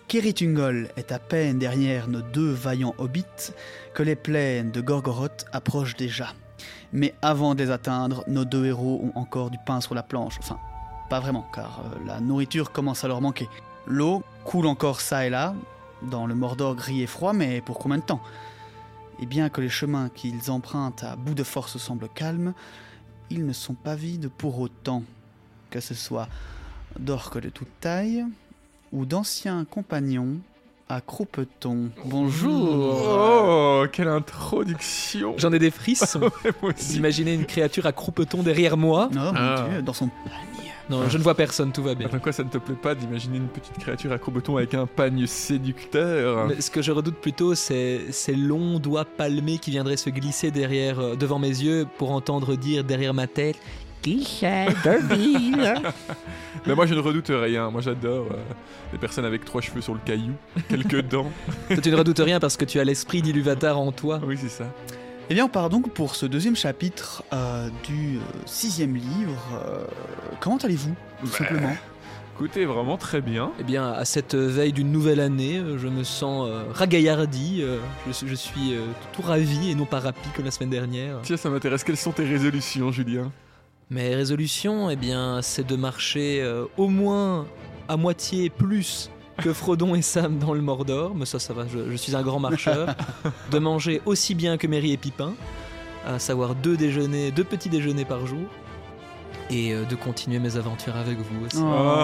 Kerithungol est à peine derrière nos 2 vaillants hobbits que les plaines de Gorgoroth approchent déjà. Mais avant de les atteindre, nos 2 héros ont encore du pain sur la planche. Enfin, pas vraiment, car la nourriture commence à leur manquer. L'eau coule encore ça et là, dans le Mordor gris et froid, mais pour combien de temps ? Et bien que les chemins qu'ils empruntent à bout de force semblent calmes, ils ne sont pas vides pour autant. Que ce soit d'orques de toute taille ou d'anciens compagnons à croupeton. Bonjour. Oh, quelle introduction. J'en ai des frissons. Ouais, moi aussi. D'imaginer une créature à croupeton derrière moi. Oh mon Dieu, dans son panier. Non, je ne vois personne, tout va bien. Enfin quoi, ça ne te plaît pas d'imaginer une petite créature à croupeton avec un pagne séducteur? Mais ce que je redoute plutôt, c'est ces longs doigts palmés qui viendraient se glisser devant mes yeux pour entendre dire derrière ma tête « Qui c'est Derville ?» Mais moi je ne redoute rien, moi j'adore les personnes avec 3 cheveux sur le caillou, quelques dents. Toi, tu ne redoutes rien parce que tu as l'esprit d'Iluvatar en toi. Oui, c'est ça. Eh bien, on part donc pour ce 2e chapitre du 6e livre. Comment allez-vous, tout simplement ? Écoutez, vraiment très bien. Eh bien, à cette veille d'une nouvelle année, je me sens ragaillardi, je suis tout ravi et non pas rapide comme la semaine dernière. Tiens, ça m'intéresse, quelles sont tes résolutions, Julien? Mes résolutions, eh bien, c'est de marcher au moins à moitié plus que Frodon et Sam dans le Mordor, mais ça va, je suis un grand marcheur. De manger aussi bien que Merry et Pipin, à savoir 2 petits déjeuners par jour, et de continuer mes aventures avec vous aussi.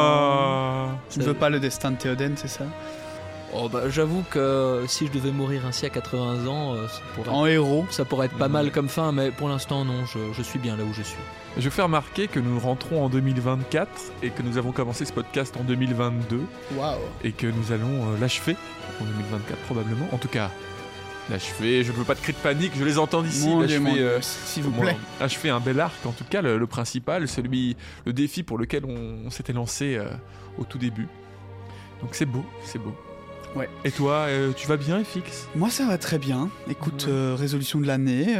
Tu ne veux pas le destin de Théoden, c'est ça ? Oh bah, j'avoue que si je devais mourir ainsi à 80 ans, En héros. ça pourrait être pas mal comme fin, mais pour l'instant non, je suis bien là où je suis. Je vais faire remarquer que nous rentrons en 2024 et que nous avons commencé ce podcast en 2022 Waouh. et que nous allons l'achever en 2024 probablement. En tout cas, l'achever, je ne veux pas de cri de panique, je les entends d'ici. Mon Dieu, s'il vous plaît. Achever un bel arc, en tout cas le principal, le défi pour lequel on s'était lancé au tout début. Donc c'est beau, c'est beau. Ouais. Et toi, tu vas bien, FX ? Moi, ça va très bien. Écoute, résolution de l'année,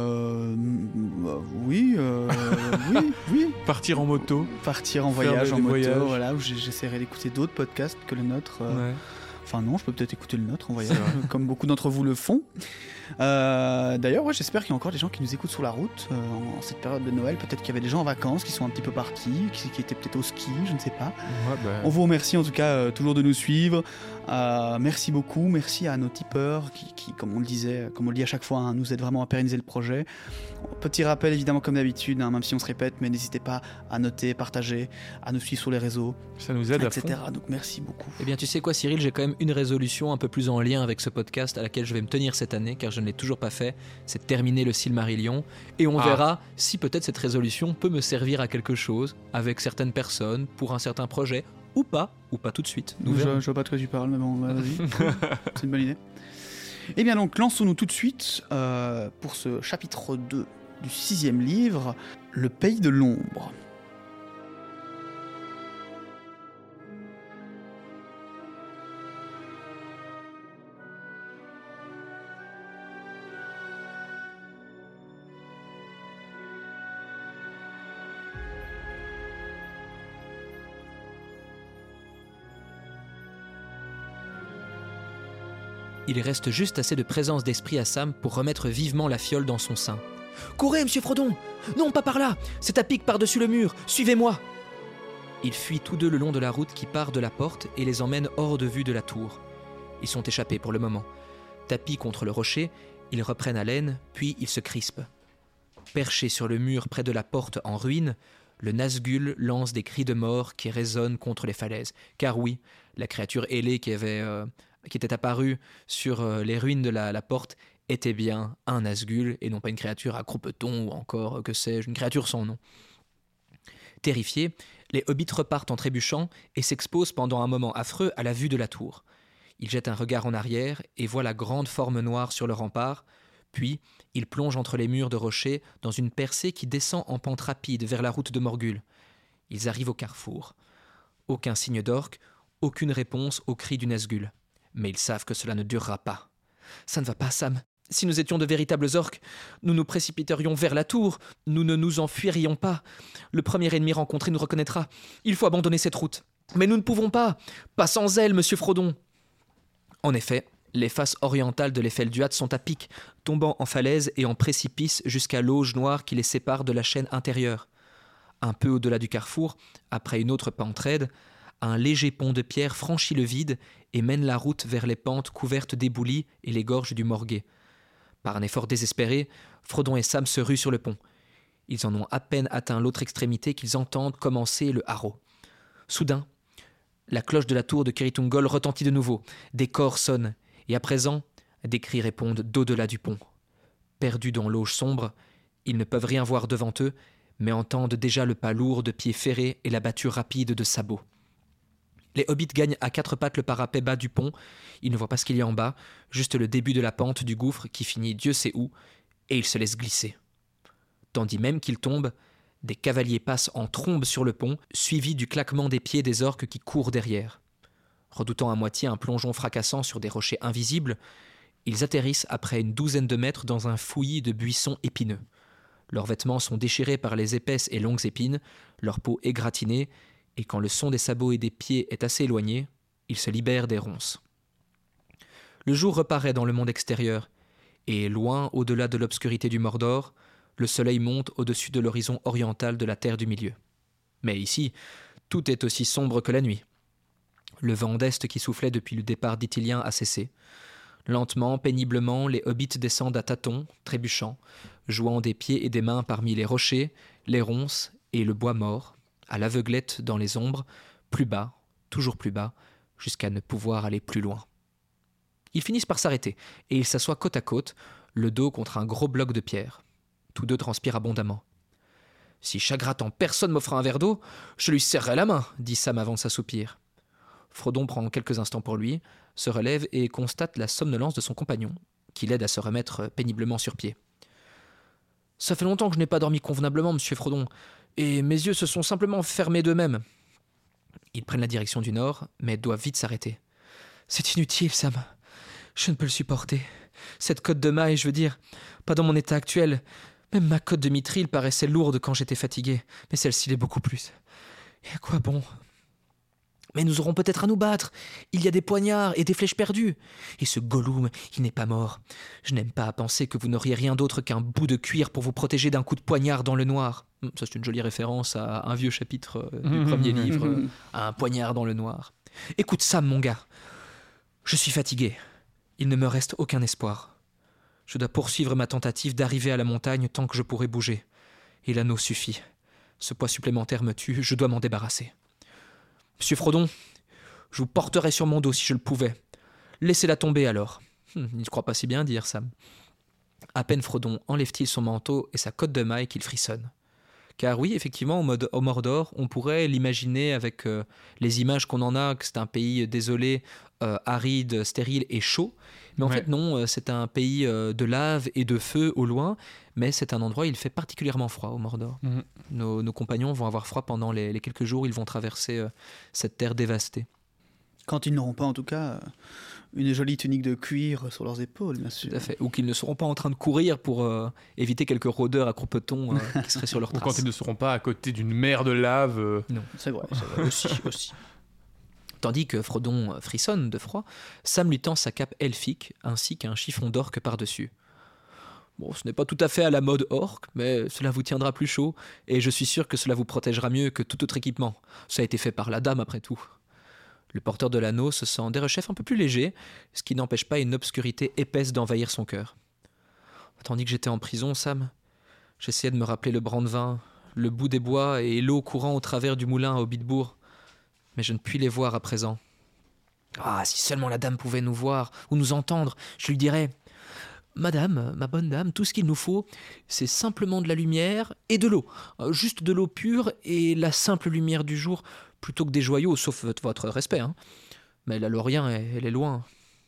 oui. Partir en moto. Partir en Faire voyage, des en moto, voyages. voilà, où j'essaierai d'écouter d'autres podcasts que le nôtre. Ouais. Enfin non, je peux peut-être écouter le nôtre en voyage, comme beaucoup d'entre vous le font. D'ailleurs, ouais, j'espère qu'il y a encore des gens qui nous écoutent sur la route en cette période de Noël. Peut-être qu'il y avait des gens en vacances qui sont un petit peu partis, qui étaient peut-être au ski, je ne sais pas. Ouais, bah... On vous remercie en tout cas toujours de nous suivre. Merci beaucoup, merci à nos tipeurs qui, comme on le disait, comme on le dit à chaque fois, nous aident vraiment à pérenniser le projet. Petit rappel évidemment comme d'habitude, même si on se répète, mais n'hésitez pas à noter, partager, à nous suivre sur les réseaux, Ça nous aide etc. à fond. Donc merci beaucoup. Eh bien, tu sais quoi, Cyril, j'ai quand même une résolution un peu plus en lien avec ce podcast à laquelle je vais me tenir cette année, car je ne l'ai toujours pas fait, c'est de terminer le Silmarillion, et on verra si peut-être cette résolution peut me servir à quelque chose, avec certaines personnes, pour un certain projet, ou pas tout de suite. Nous verrons. Je vois pas de quoi tu parles, mais bon, vas-y. C'est une bonne idée. Eh bien donc, lançons-nous tout de suite pour ce chapitre 2 du 6e livre, Le Pays de l'Ombre. Il reste juste assez de présence d'esprit à Sam pour remettre vivement la fiole dans son sein. « Courez, monsieur Frodon ! Non, pas par là ! C'est à pic par-dessus le mur ! Suivez-moi !» Ils fuient tous 2 le long de la route qui part de la porte et les emmène hors de vue de la tour. Ils sont échappés pour le moment. Tapis contre le rocher, ils reprennent haleine, puis ils se crispent. Perché sur le mur près de la porte en ruine, le Nazgûl lance des cris de mort qui résonnent contre les falaises. Car oui, la créature ailée qui était apparue sur les ruines de la porte était bien un Nazgûl et non pas une créature à croupeton ou encore, que sais-je, une créature sans nom. Terrifiés, les hobbits repartent en trébuchant et s'exposent pendant un moment affreux à la vue de la tour. Ils jettent un regard en arrière et voient la grande forme noire sur le rempart, puis ils plongent entre les murs de rochers dans une percée qui descend en pente rapide vers la route de Morgul. Ils arrivent au carrefour. Aucun signe d'orque, aucune réponse aux cris du Nazgûl. Mais ils savent que cela ne durera pas. « Ça ne va pas, Sam. Si nous étions de véritables orques, nous nous précipiterions vers la tour. Nous ne nous enfuirions pas. Le premier ennemi rencontré nous reconnaîtra. Il faut abandonner cette route. Mais nous ne pouvons pas. Pas sans elle, monsieur Frodon. » En effet, les faces orientales de l'Effelduat sont à pic, tombant en falaise et en précipice jusqu'à l'auge noire qui les sépare de la chaîne intérieure. Un peu au-delà du carrefour, après une autre pente raide, un léger pont de pierre franchit le vide et mène la route vers les pentes couvertes d'éboulis et les gorges du Morguet. Par un effort désespéré, Frodon et Sam se ruent sur le pont. Ils en ont à peine atteint l'autre extrémité qu'ils entendent commencer le haro. Soudain, la cloche de la tour de Kiritungol retentit de nouveau. Des cors sonnent, et à présent, des cris répondent d'au-delà du pont. Perdus dans l'auge sombre, ils ne peuvent rien voir devant eux, mais entendent déjà le pas lourd de pieds ferrés et la battue rapide de sabots. Les hobbits gagnent à 4 pattes le parapet bas du pont. Ils ne voient pas ce qu'il y a en bas, juste le début de la pente du gouffre qui finit Dieu sait où, et ils se laissent glisser. Tandis même qu'ils tombent, des cavaliers passent en trombe sur le pont, suivis du claquement des pieds des orques qui courent derrière. Redoutant à moitié un plongeon fracassant sur des rochers invisibles, ils atterrissent après une 12aine de mètres dans un fouillis de buissons épineux. Leurs vêtements sont déchirés par les épaisses et longues épines, leur peau égratignée, et quand le son des sabots et des pieds est assez éloigné, ils se libèrent des ronces. Le jour reparaît dans le monde extérieur, et loin au-delà de l'obscurité du Mordor, le soleil monte au-dessus de l'horizon oriental de la Terre du Milieu. Mais ici, tout est aussi sombre que la nuit. Le vent d'est qui soufflait depuis le départ d'Ithilien a cessé. Lentement, péniblement, les hobbits descendent à tâtons, trébuchant, jouant des pieds et des mains parmi les rochers, les ronces et le bois mort, à l'aveuglette dans les ombres, plus bas, toujours plus bas, jusqu'à ne pouvoir aller plus loin. Ils finissent par s'arrêter, et ils s'assoient côte à côte, le dos contre un gros bloc de pierre. Tous deux transpirent abondamment. « Si Chagratin personne m'offre un verre d'eau, je lui serrerai la main, » dit Sam avant de s'assoupir. Frodon prend quelques instants pour lui, se relève et constate la somnolence de son compagnon, qui l'aide à se remettre péniblement sur pied. « Ça fait longtemps que je n'ai pas dormi convenablement, monsieur Frodon, et mes yeux se sont simplement fermés d'eux-mêmes. » Ils prennent la direction du nord, mais doivent vite s'arrêter. « C'est inutile, Sam. Je ne peux le supporter. Cette côte de maille, je veux dire, pas dans mon état actuel. Même ma côte de mithril paraissait lourde quand j'étais fatigué, mais celle-ci l'est beaucoup plus. Et à quoi bon ? Mais nous aurons peut-être à nous battre. Il y a des poignards et des flèches perdues. Et ce Gollum, il n'est pas mort. Je n'aime pas à penser que vous n'auriez rien d'autre qu'un bout de cuir pour vous protéger d'un coup de poignard dans le noir. » Ça, c'est une jolie référence à un vieux chapitre du premier livre, à un poignard dans le noir. « Écoute Sam, mon gars. Je suis fatigué. Il ne me reste aucun espoir. Je dois poursuivre ma tentative d'arriver à la montagne tant que je pourrai bouger. Et l'anneau suffit. Ce poids supplémentaire me tue, je dois m'en débarrasser. Monsieur Frodon, je vous porterais sur mon dos si je le pouvais. Laissez-la tomber alors. » Il ne croit pas si bien dire, Sam. À peine Frodon enlève-t-il son manteau et sa cotte de maille qu'il frissonne. Car oui, effectivement, au Mordor, on pourrait l'imaginer avec les images qu'on en a, que c'est un pays désolé, aride, stérile et chaud. Mais en fait, non, c'est un pays de lave et de feu au loin, mais c'est un endroit où il fait particulièrement froid au Mordor. Nos compagnons vont avoir froid pendant les quelques jours où ils vont traverser cette terre dévastée. Quand ils n'auront pas, en tout cas, une jolie tunique de cuir sur leurs épaules, bien sûr. Tout à fait. Ou qu'ils ne seront pas en train de courir pour éviter quelques rôdeurs à croupetons qui seraient sur leurs traces. Ou quand ils ne seront pas à côté d'une mer de lave. Non, c'est vrai aussi. Tandis que Frodon frissonne de froid, Sam lui tend sa cape elfique ainsi qu'un chiffon d'orque par-dessus. Bon, ce n'est pas tout à fait à la mode orque, mais cela vous tiendra plus chaud, et je suis sûr que cela vous protégera mieux que tout autre équipement. Ça a été fait par la dame après tout. Le porteur de l'anneau se sent derechef un peu plus léger, ce qui n'empêche pas une obscurité épaisse d'envahir son cœur. Tandis que j'étais en prison, Sam, j'essayais de me rappeler le brandevin, le bout des bois et l'eau courant au travers du moulin à Hobbitbourg. Mais je ne puis les voir à présent. Ah, si seulement la dame pouvait nous voir ou nous entendre, je lui dirais « Madame, ma bonne dame, tout ce qu'il nous faut, c'est simplement de la lumière et de l'eau. Juste de l'eau pure et la simple lumière du jour, plutôt que des joyaux, sauf votre respect. Hein. Mais la Lorien, elle est loin. »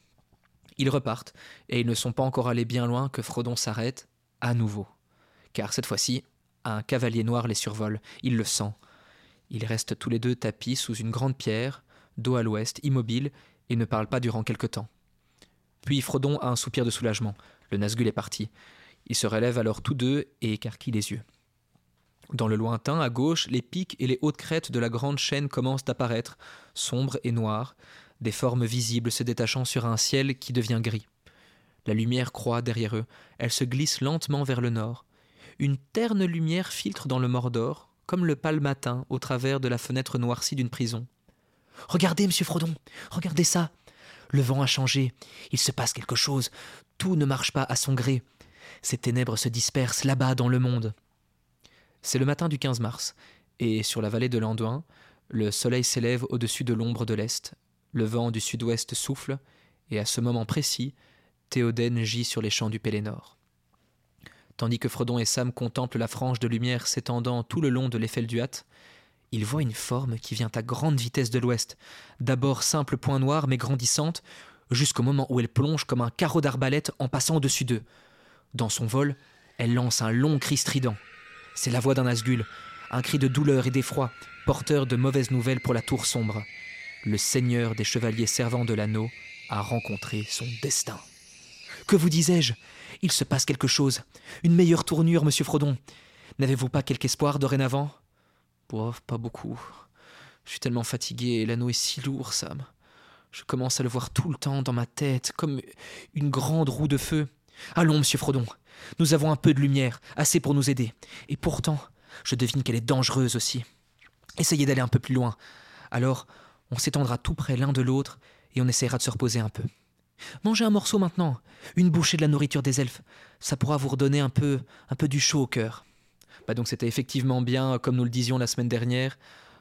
Ils repartent, et ils ne sont pas encore allés bien loin que Frodon s'arrête, à nouveau. Car cette fois-ci, un cavalier noir les survole. Il le sent. Ils restent tous les deux tapis sous une grande pierre, dos à l'ouest, immobiles, et ne parlent pas durant quelque temps. Puis Frodon a un soupir de soulagement. Le Nazgûl est parti. Ils se relèvent alors tous deux et écarquillent les yeux. Dans le lointain, à gauche, les pics et les hautes crêtes de la grande chaîne commencent d'apparaître, sombres et noires, des formes visibles se détachant sur un ciel qui devient gris. La lumière croît derrière eux, elle se glisse lentement vers le nord. Une terne lumière filtre dans le Mordor, comme le pâle matin au travers de la fenêtre noircie d'une prison. « Regardez, monsieur Frodon, regardez ça ! Le vent a changé, il se passe quelque chose, tout ne marche pas à son gré. Ces ténèbres se dispersent là-bas dans le monde. » C'est le matin du 15 mars, et sur la vallée de l'Anduin, le soleil s'élève au-dessus de l'ombre de l'Est, le vent du sud-ouest souffle, et à ce moment précis, Théoden gît sur les champs du Pélénor. Tandis que Frodon et Sam contemplent la frange de lumière s'étendant tout le long de l'Effelduat, ils voient une forme qui vient à grande vitesse de l'ouest, d'abord simple point noir mais grandissante, jusqu'au moment où elle plonge comme un carreau d'arbalète en passant au-dessus d'eux. Dans son vol, elle lance un long cri strident. C'est la voix d'un Nazgûl, un cri de douleur et d'effroi, porteur de mauvaises nouvelles pour la tour sombre. Le seigneur des chevaliers servants de l'anneau a rencontré son destin. Que vous disais-je ? Il se passe quelque chose. Une meilleure tournure, monsieur Frodon. N'avez-vous pas quelque espoir dorénavant ? Bof, pas beaucoup. Je suis tellement fatigué et l'anneau est si lourd, Sam. Je commence à le voir tout le temps dans ma tête, comme une grande roue de feu. Allons, monsieur Frodon. Nous avons un peu de lumière, assez pour nous aider. Et pourtant, je devine qu'elle est dangereuse aussi. Essayez d'aller un peu plus loin. Alors, on s'étendra tout près l'un de l'autre et on essaiera de se reposer un peu. Mangez un morceau maintenant, une bouchée de la nourriture des elfes. Ça pourra vous redonner un peu du chaud au cœur. Donc c'était effectivement bien, comme nous le disions la semaine dernière,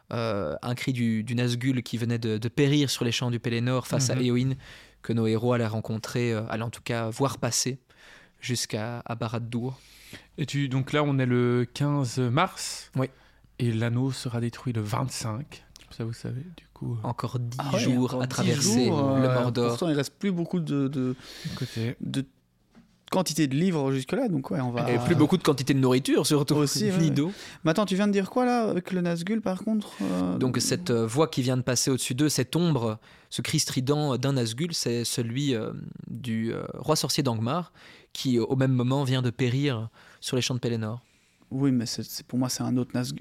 un cri du Nazgûl qui venait de périr sur les champs du Pélénor face à Éowyn, que nos héros allaient rencontrer, allaient en tout cas voir passer jusqu'à Barad-dûr. Et donc là, on est le 15 mars. Oui. Et l'anneau sera détruit le 25. Ça, vous savez, du coup. Encore 10 jours encore à 10 traverser jours, le Mordor. Pourtant, il reste plus beaucoup de quantité de livres jusque-là. Donc, ouais, on va. Et plus beaucoup de quantité de nourriture, surtout. Aussi, ni ouais. d'eau. Mais attends, tu viens de dire quoi là avec le Nazgûl par contre Donc cette voix qui vient de passer au-dessus d'eux, cette ombre, ce cri strident d'un Nazgûl, c'est celui du roi sorcier d'Angmar qui au même moment vient de périr sur les champs de Pélénor. Oui, mais pour moi c'est un autre Nazgûl.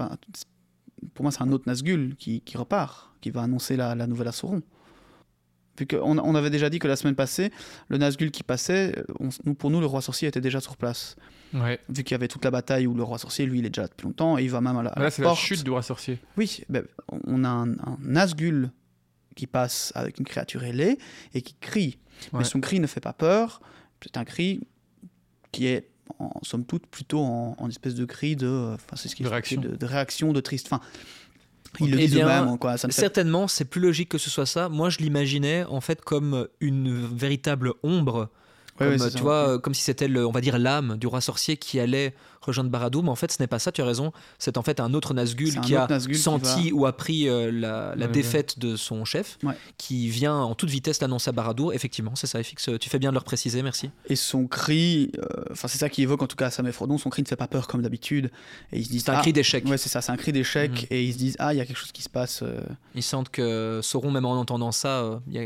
Pour moi c'est un autre Nazgûl qui repart, qui va annoncer la nouvelle à Sauron. Vu qu'on avait déjà dit que la semaine passée, le Nazgûl qui passait, pour nous le roi sorcier était déjà sur place. Ouais. Vu qu'il y avait toute la bataille où le roi sorcier, lui, il est déjà là depuis longtemps et il va même à la Là, c'est porte. la chute du roi sorcier. Oui, on a un Nazgûl qui passe avec une créature ailée et qui crie. Ouais. Mais son cri ne fait pas peur. C'est un cri qui est, en somme toute, plutôt en espèce de cri c'est ce qu'il De réaction. de réaction, de triste. Enfin, ils le Eh disent bien, eux-mêmes, quoi. Ça ne fait- Certainement, c'est plus logique que ce soit ça. Moi, je l'imaginais en fait comme une véritable ombre. Ouais, Comme, c'est tu ça, vois, ok. comme si c'était on va dire l'âme du roi sorcier qui allait rejoindre Barad-dûr, mais en fait ce n'est pas ça, tu as raison, c'est en fait un autre Nazgûl C'est un qui autre a Nazgûl qui senti va- ou appris la Ouais, défaite de son chef, Ouais. qui vient en toute vitesse l'annoncer à Barad-dûr. Effectivement, c'est ça, FX, tu fais bien de le préciser, merci. Et son cri, c'est ça qui évoque en tout cas Sam et Frodon, son cri ne fait pas peur comme d'habitude. Et ils se disent, C'est un cri d'échec. Ouais, c'est ça, c'est un cri d'échec. Mhm. Et ils se disent, il y a quelque chose qui se passe. Ils sentent que Sauron, même en entendant ça, il y a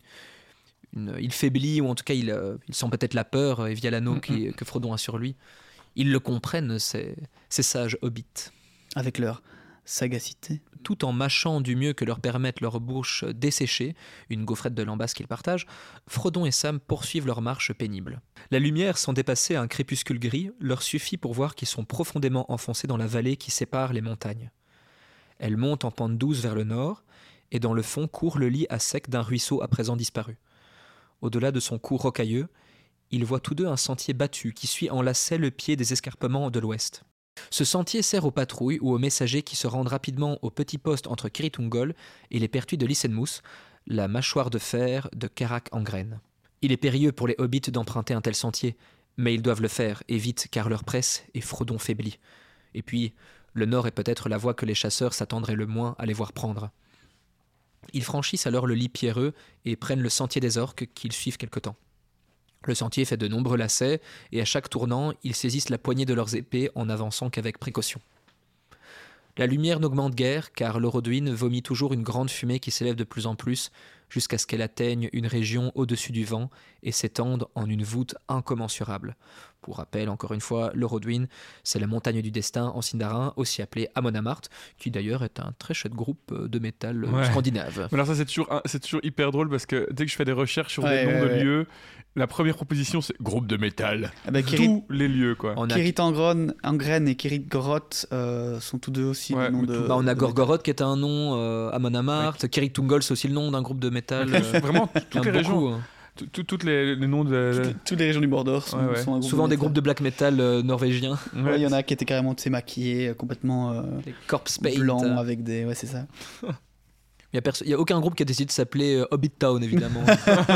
il faiblit, ou en tout cas il sent peut-être la peur, et via l'anneau que Frodon a sur lui. Ils le comprennent, ces sages hobbits. Avec leur sagacité. Tout en mâchant du mieux que leur permettent leurs bouches desséchées, une gaufrette de lambasse qu'ils partagent, Frodon et Sam poursuivent leur marche pénible. La lumière, sans dépasser un crépuscule gris, leur suffit pour voir qu'ils sont profondément enfoncés dans la vallée qui sépare les montagnes. Elle monte en pente douce vers le nord, et dans le fond court le lit à sec d'un ruisseau à présent disparu. Au-delà de son cours rocailleux, ils voient tous deux un sentier battu qui suit en lacet le pied des escarpements de l'ouest. Ce sentier sert aux patrouilles ou aux messagers qui se rendent rapidement au petit poste entre Cirith Ungol et les pertuis de Lysenmus, la mâchoire de fer de Karak en graine. Il est périlleux pour les hobbits d'emprunter un tel sentier, mais ils doivent le faire, et vite, car leur presse et Frodon faiblit. Et puis, le nord est peut-être la voie que les chasseurs s'attendraient le moins à les voir prendre. Ils franchissent alors le lit pierreux et prennent le sentier des orques qu'ils suivent quelque temps. Le sentier fait de nombreux lacets, et à chaque tournant, ils saisissent la poignée de leurs épées en n'avançant qu'avec précaution. La lumière n'augmente guère, car l'Orodwin vomit toujours une grande fumée qui s'élève de plus en plus, jusqu'à ce qu'elle atteigne une région au-dessus du vent et s'étende en une voûte incommensurable. Pour rappel, encore une fois, le Rodwin, c'est la montagne du destin en sindarin, aussi appelée Amon Amarth, qui d'ailleurs est un très chouette groupe de métal scandinave. Mais alors ça, c'est toujours hyper drôle parce que dès que je fais des recherches sur des noms de lieux, la première proposition, c'est groupe de métal. Tous les lieux, quoi. Kirit Angren et Kirit Goroth sont tous deux aussi des noms de... on a Gorgoroth qui est un nom, Amon Amarth, Kirit Tungol, c'est aussi le nom d'un groupe de métal. Vraiment, toutes les régions... Toutes les noms de... Toutes les régions du Mordor sont un groupe souvent des groupes de black metal norvégiens. Il y en a qui étaient carrément maquillés, complètement les corpse paint blancs avec des... Ouais, c'est ça. Il n'y a aucun groupe qui a décidé de s'appeler Hobbit Town, évidemment.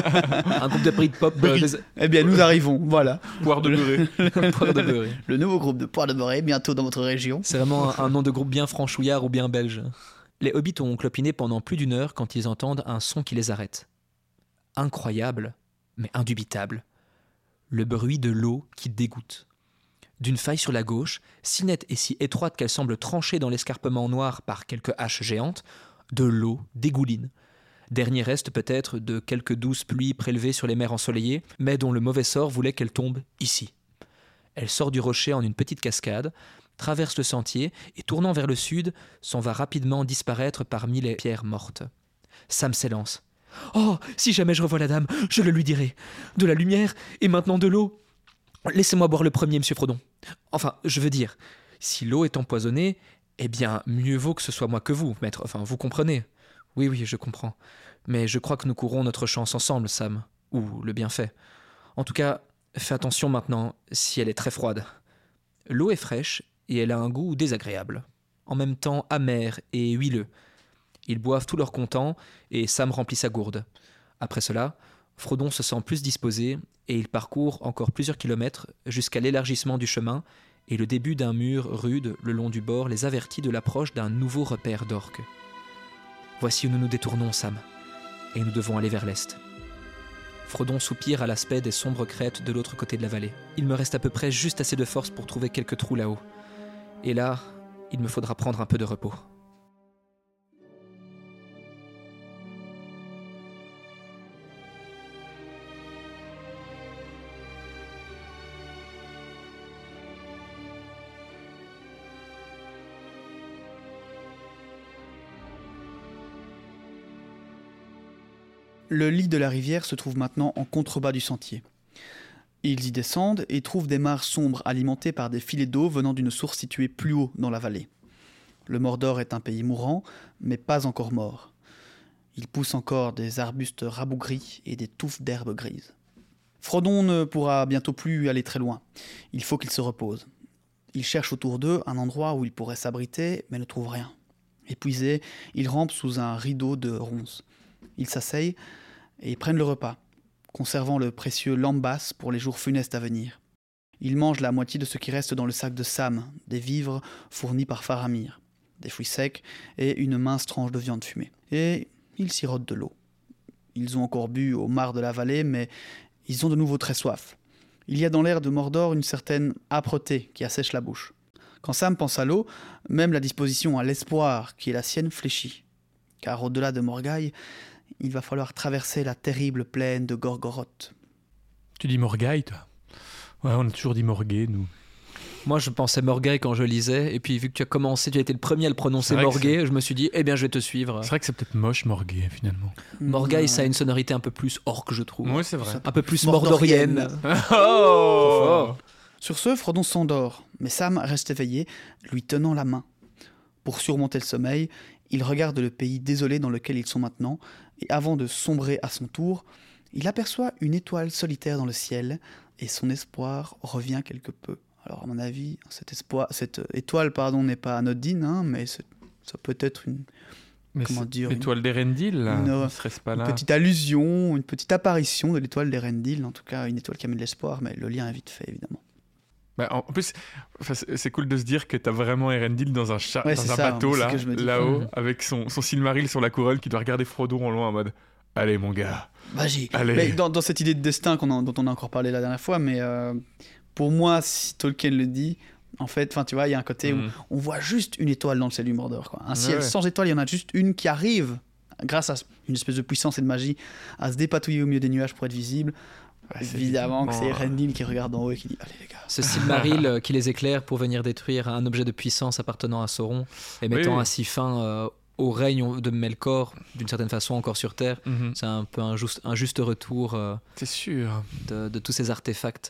Un groupe de Britpop. Eh bien, nous arrivons, voilà. Poire de beurré. Poire de beurré. Le nouveau groupe de Poire de beurré, bientôt dans votre région. C'est vraiment un nom de groupe bien franchouillard ou bien belge. Les Hobbits ont clopiné pendant plus d'1 heure quand ils entendent un son qui les arrête. Incroyable, mais indubitable. Le bruit de l'eau qui dégoûte. D'une faille sur la gauche, si nette et si étroite qu'elle semble tranchée dans l'escarpement noir par quelques haches géantes, de l'eau dégouline. Dernier reste peut-être de quelques douces pluies prélevées sur les mers ensoleillées, mais dont le mauvais sort voulait qu'elle tombe ici. Elle sort du rocher en une petite cascade, traverse le sentier et, tournant vers le sud, s'en va rapidement disparaître parmi les pierres mortes. Sam s'élance. « Oh, si jamais je revois la dame, je le lui dirai. De la lumière et maintenant de l'eau. Laissez-moi boire le premier, monsieur Frodon. Enfin, je veux dire, si l'eau est empoisonnée, eh bien, mieux vaut que ce soit moi que vous, maître. Enfin, vous comprenez. Oui, je comprends. Mais je crois que nous courons notre chance ensemble, Sam. Ou le bienfait. En tout cas, fais attention maintenant, si elle est très froide. L'eau est fraîche et elle a un goût désagréable. En même temps amer et huileux. Ils boivent tout leur content et Sam remplit sa gourde. Après cela, Frodon se sent plus disposé et il parcourt encore plusieurs kilomètres jusqu'à l'élargissement du chemin et le début d'un mur rude le long du bord les avertit de l'approche d'un nouveau repère d'orques. Voici où nous nous détournons, Sam, et nous devons aller vers l'est. Frodon soupire à l'aspect des sombres crêtes de l'autre côté de la vallée. Il me reste à peu près juste assez de force pour trouver quelques trous là-haut. Et là, il me faudra prendre un peu de repos. Le lit de la rivière se trouve maintenant en contrebas du sentier. Ils y descendent et trouvent des mares sombres alimentées par des filets d'eau venant d'une source située plus haut dans la vallée. Le Mordor est un pays mourant, mais pas encore mort. Il pousse encore des arbustes rabougris et des touffes d'herbes grises. Frodon ne pourra bientôt plus aller très loin. Il faut qu'il se repose. Il cherche autour d'eux un endroit où il pourrait s'abriter, mais ne trouve rien. Épuisé, il rampe sous un rideau de ronces. Ils s'asseyent et prennent le repas, conservant le précieux lambas pour les jours funestes à venir. Ils mangent la moitié de ce qui reste dans le sac de Sam, des vivres fournis par Faramir, des fruits secs et une mince tranche de viande fumée. Et ils sirotent de l'eau. Ils ont encore bu au mar de la vallée, mais ils ont de nouveau très soif. Il y a dans l'air de Mordor une certaine âpreté qui assèche la bouche. Quand Sam pense à l'eau, même la disposition à l'espoir qui est la sienne fléchit. Car au-delà de Morgaï, il va falloir traverser la terrible plaine de Gorgoroth. Tu dis Morgaï, toi ? Ouais, on a toujours dit Morgaï, nous. Moi, je pensais Morgaï quand je lisais, et puis vu que tu as commencé, tu as été le premier à le prononcer Morgaï, je me suis dit, eh bien, je vais te suivre. C'est vrai que c'est peut-être moche, Morgaï, finalement. Morgaï, ça a une sonorité un peu plus orque, je trouve. Oui, c'est vrai. Un peu plus mordorienne. Oh Sur ce, Frodon s'endort, mais Sam reste éveillé, lui tenant la main. Pour surmonter le sommeil, il regarde le pays désolé dans lequel ils sont maintenant, et avant de sombrer à son tour, il aperçoit une étoile solitaire dans le ciel, et son espoir revient quelque peu. Alors, à mon avis, cette étoile n'est pas anodine, mais ça peut être une... L'étoile d'Erendil, là, ne serait-ce pas là ? Une petite allusion, une petite apparition de l'étoile d'Erendil, en tout cas une étoile qui amène de l'espoir, mais le lien est vite fait, évidemment. Bah, en plus, c'est cool de se dire que t'as vraiment Erendil dans un bateau là-haut, avec son Silmaril sur la couronne qui doit regarder Frodon en loin en mode « Allez mon gars, vas-y !» Allez. Dans cette idée de destin dont on a encore parlé la dernière fois, mais pour moi, si Tolkien le dit, en fait, tu vois, il y a un côté où on voit juste une étoile dans le ciel du Mordor, quoi. Un ciel sans étoiles, il y en a juste une qui arrive grâce à une espèce de puissance et de magie, à se dépatouiller au milieu des nuages pour être visible. Évidemment que c'est Erendil qui regarde en haut et qui dit « Allez les gars ». Ce Silmaril qui les éclaire pour venir détruire un objet de puissance appartenant à Sauron et mettant ainsi fin au règne de Melkor, d'une certaine façon encore sur Terre. C'est un peu un juste retour c'est sûr. De tous ces artefacts.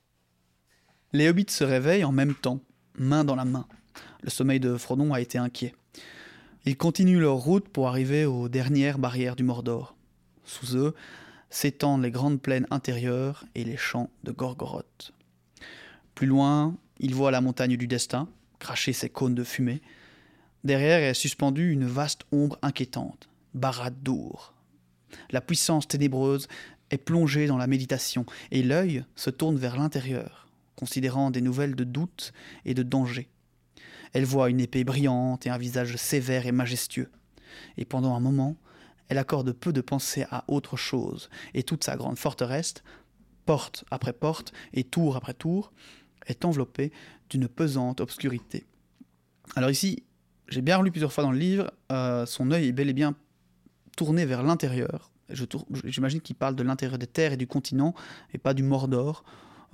Les hobbits se réveillent en même temps, main dans la main. Le sommeil de Frodon a été inquiet. Ils continuent leur route pour arriver aux dernières barrières du Mordor. Sous eux s'étendent les grandes plaines intérieures et les champs de Gorgoroth. Plus loin, ils voient la montagne du destin, cracher ses cônes de fumée. Derrière est suspendue une vaste ombre inquiétante, Barad-dûr. La puissance ténébreuse est plongée dans la méditation et l'œil se tourne vers l'intérieur, considérant des nouvelles de doute et de danger. Elle voit une épée brillante et un visage sévère et majestueux. Et pendant un moment, elle accorde peu de pensée à autre chose, et toute sa grande forteresse, porte après porte et tour après tour, est enveloppée d'une pesante obscurité. Alors ici, j'ai bien relu plusieurs fois dans le livre, son œil est bel et bien tourné vers l'intérieur. J'imagine qu'il parle de l'intérieur des terres et du continent, et pas du Mordor.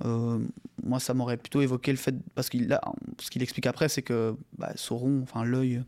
Moi, ça m'aurait plutôt évoqué le fait, parce ce qu'il explique après, c'est que Sauron, enfin l'œil,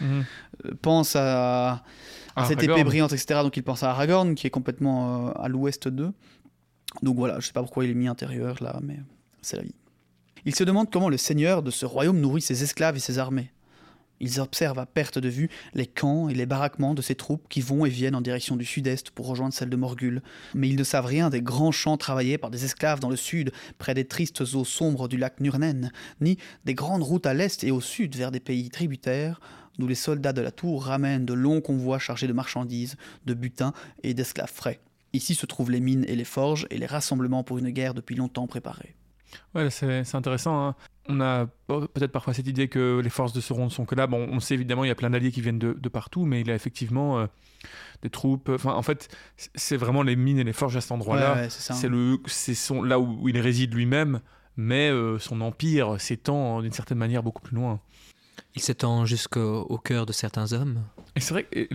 pense à cette épée brillante, etc. Donc il pense à Aragorn, qui est complètement à l'ouest d'eux. Donc voilà, je sais pas pourquoi il est mis intérieur là, mais c'est la vie. Il se demande comment le seigneur de ce royaume nourrit ses esclaves et ses armées. Ils observent à perte de vue les camps et les baraquements de ses troupes qui vont et viennent en direction du sud-est pour rejoindre celle de Morgul. Mais ils ne savent rien des grands champs travaillés par des esclaves dans le sud, près des tristes eaux sombres du lac Nurnen, ni des grandes routes à l'est et au sud vers des pays tributaires, d'où les soldats de la tour ramènent de longs convois chargés de marchandises, de butin et d'esclaves frais. Ici se trouvent les mines et les forges et les rassemblements pour une guerre depuis longtemps préparée. Ouais, c'est intéressant, hein. On a peut-être parfois cette idée que les forces de Sauron ne sont que là. Bon, on sait évidemment il y a plein d'alliés qui viennent de partout, mais il a effectivement des troupes. Enfin, en fait, c'est vraiment les mines et les forges à cet endroit-là. Ouais, c'est ça. C'est là où il réside lui-même, mais son empire s'étend d'une certaine manière beaucoup plus loin. Il s'étend jusqu'au cœur de certains hommes. Et c'est vrai que...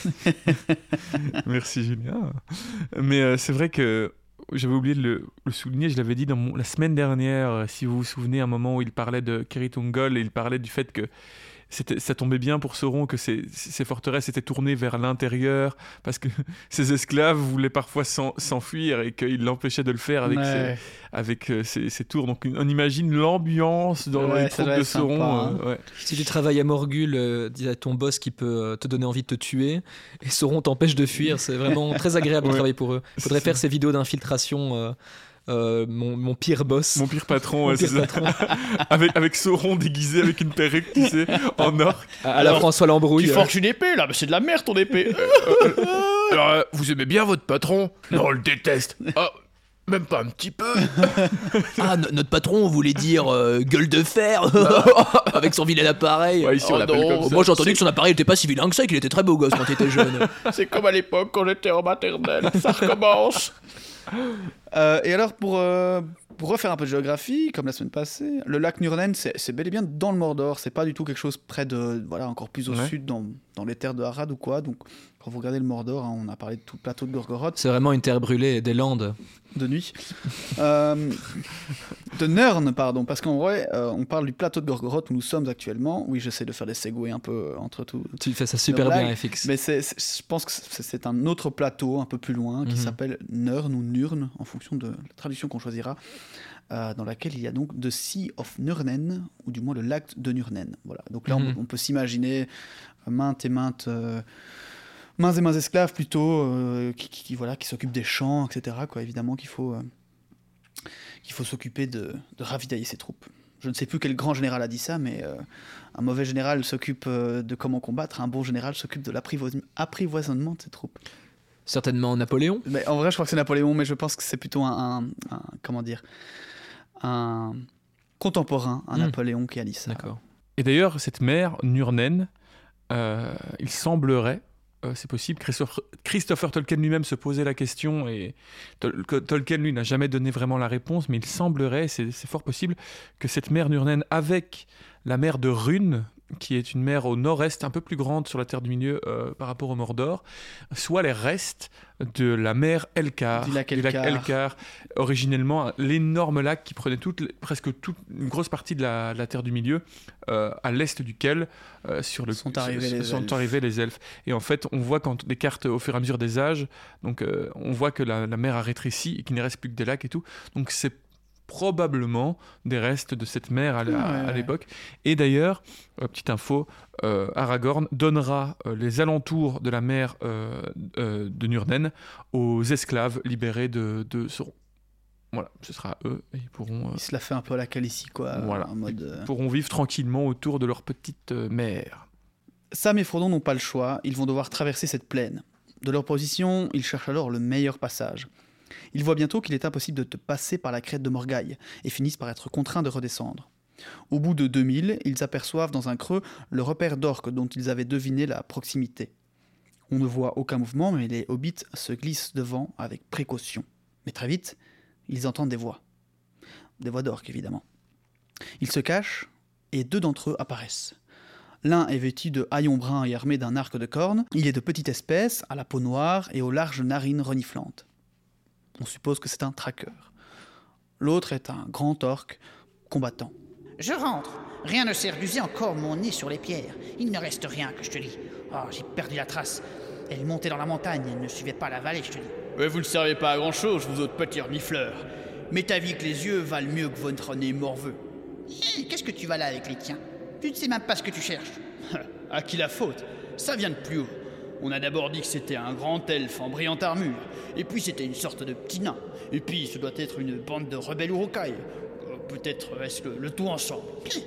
Merci Julien. Mais c'est vrai que j'avais oublié de le souligner, je l'avais dit la semaine dernière, si vous vous souvenez, un moment où il parlait de Cirith Ungol, et il parlait du fait que ça tombait bien pour Sauron que ces forteresses étaient tournées vers l'intérieur, parce que ses esclaves voulaient parfois s'enfuir et qu'il l'empêchait de le faire avec ses tours. Donc on imagine l'ambiance dans les troupes de Sauron. Sympa, hein. Si tu travailles à Morgul, dis à ton boss qui peut te donner envie de te tuer, et Sauron t'empêche de fuir. C'est vraiment très agréable de travailler pour eux. Il faudrait faire ces vidéos d'infiltration. Mon pire boss, mon pire patron, c'est ça. avec Sauron déguisé avec une perruque, tu sais, en orque. À la François Lambrouille. Tu forges une épée là, mais c'est de la merde ton épée. Alors, vous aimez bien votre patron? Non, on le déteste. Ah, même pas un petit peu. Notre patron, on voulait dire gueule de fer, avec son vilain appareil. Ouais, ici on l'appelle comme ça. Moi j'ai entendu que son appareil était pas si vilain que ça, qu'il était très beau gosse quand il était jeune. C'est comme à l'époque quand on était en maternelle, ça recommence. Et alors pour refaire un peu de géographie, comme la semaine passée, le lac Nurnen c'est bel et bien dans le Mordor, c'est pas du tout quelque chose près de, encore plus au sud dans les terres de Harad ou quoi. Donc quand vous regardez le Mordor, hein, on a parlé de tout le plateau de Gorgoroth. C'est vraiment une terre brûlée, des landes. De nuit. De Nurn, pardon, parce qu'en vrai, on parle du plateau de Gorgoroth où nous sommes actuellement. Oui, j'essaie de faire des segways un peu entre tout. Tu fais ça super bien, FX. Mais je pense que c'est un autre plateau un peu plus loin qui s'appelle Nurn ou Nurn, en fonction de la traduction qu'on choisira, dans laquelle il y a donc The Sea of Nurnen, ou du moins le lac de Nurnen. Voilà. Donc là, on peut s'imaginer maintes et mains esclaves plutôt qui s'occupent des champs, etc. Quoi. Évidemment qu'il faut s'occuper de ravitailler ses troupes. Je ne sais plus quel grand général a dit ça, mais un mauvais général s'occupe de comment combattre, un bon général s'occupe de l'apprivoisonnement de ses troupes. Certainement Napoléon. Mais en vrai, je crois que c'est Napoléon, mais je pense que c'est plutôt un contemporain, Napoléon qui a dit ça. D'accord. Et d'ailleurs, cette mer, Nurnen, il semblerait, c'est possible, Christopher Tolkien lui-même se posait la question, et Tolkien, lui, n'a jamais donné vraiment la réponse, mais il semblerait, c'est fort possible, que cette mer Nurnen, avec la mer de Rhûn, qui est une mer au nord-est, un peu plus grande sur la Terre du Milieu par rapport au Mordor, soit les restes de la mer Elkar. Du lac Elkar, originellement l'énorme lac qui prenait presque une grosse partie de la Terre du Milieu, à l'est duquel sont arrivés les elfes. Et en fait, on voit quand des cartes au fur et à mesure des âges, donc on voit que la mer a rétréci et qu'il ne reste plus que des lacs et tout. Donc c'est probablement des restes de cette mer à l'époque. Et d'ailleurs, petite info, Aragorn donnera les alentours de la mer de Nurnen aux esclaves libérés de Sauron. Voilà, ce sera à eux et ils pourront... Il se la fait un peu à la Khaleesi, quoi. Voilà, en mode, ils pourront vivre tranquillement autour de leur petite mer. Sam et Frodon n'ont pas le choix, ils vont devoir traverser cette plaine. De leur position, ils cherchent alors le meilleur passage. Ils voient bientôt qu'il est impossible de passer par la crête de Morgaï et finissent par être contraints de redescendre. Au bout de 2000, ils aperçoivent dans un creux le repère d'orques dont ils avaient deviné la proximité. On ne voit aucun mouvement, mais les hobbits se glissent devant avec précaution. Mais très vite, ils entendent des voix. Des voix d'orques, évidemment. Ils se cachent et 2 d'entre eux apparaissent. L'un est vêtu de haillons bruns et armé d'un arc de corne. Il est de petite espèce, à la peau noire et aux larges narines reniflantes. On suppose que c'est un tracker. L'autre est un grand orc combattant. Je rentre. Rien ne sert d'user encore mon nez sur les pierres. Il ne reste rien que je te dis. Oh, j'ai perdu la trace. Elle montait dans la montagne, elle ne suivait pas la vallée, je te dis. Ouais, vous ne servez pas à grand-chose, vous autres petits renifleurs. Mais ta vie que les yeux valent mieux que votre nez morveux. Qu'est-ce que tu vas là avec les tiens? Tu ne sais même pas ce que tu cherches. À qui la faute? Ça vient de plus haut. On a d'abord dit que c'était un grand elfe en brillante armure, et puis c'était une sorte de petit nain, et puis ce doit être une bande de rebelles Uruk-hai. Peut-être est-ce le tout ensemble.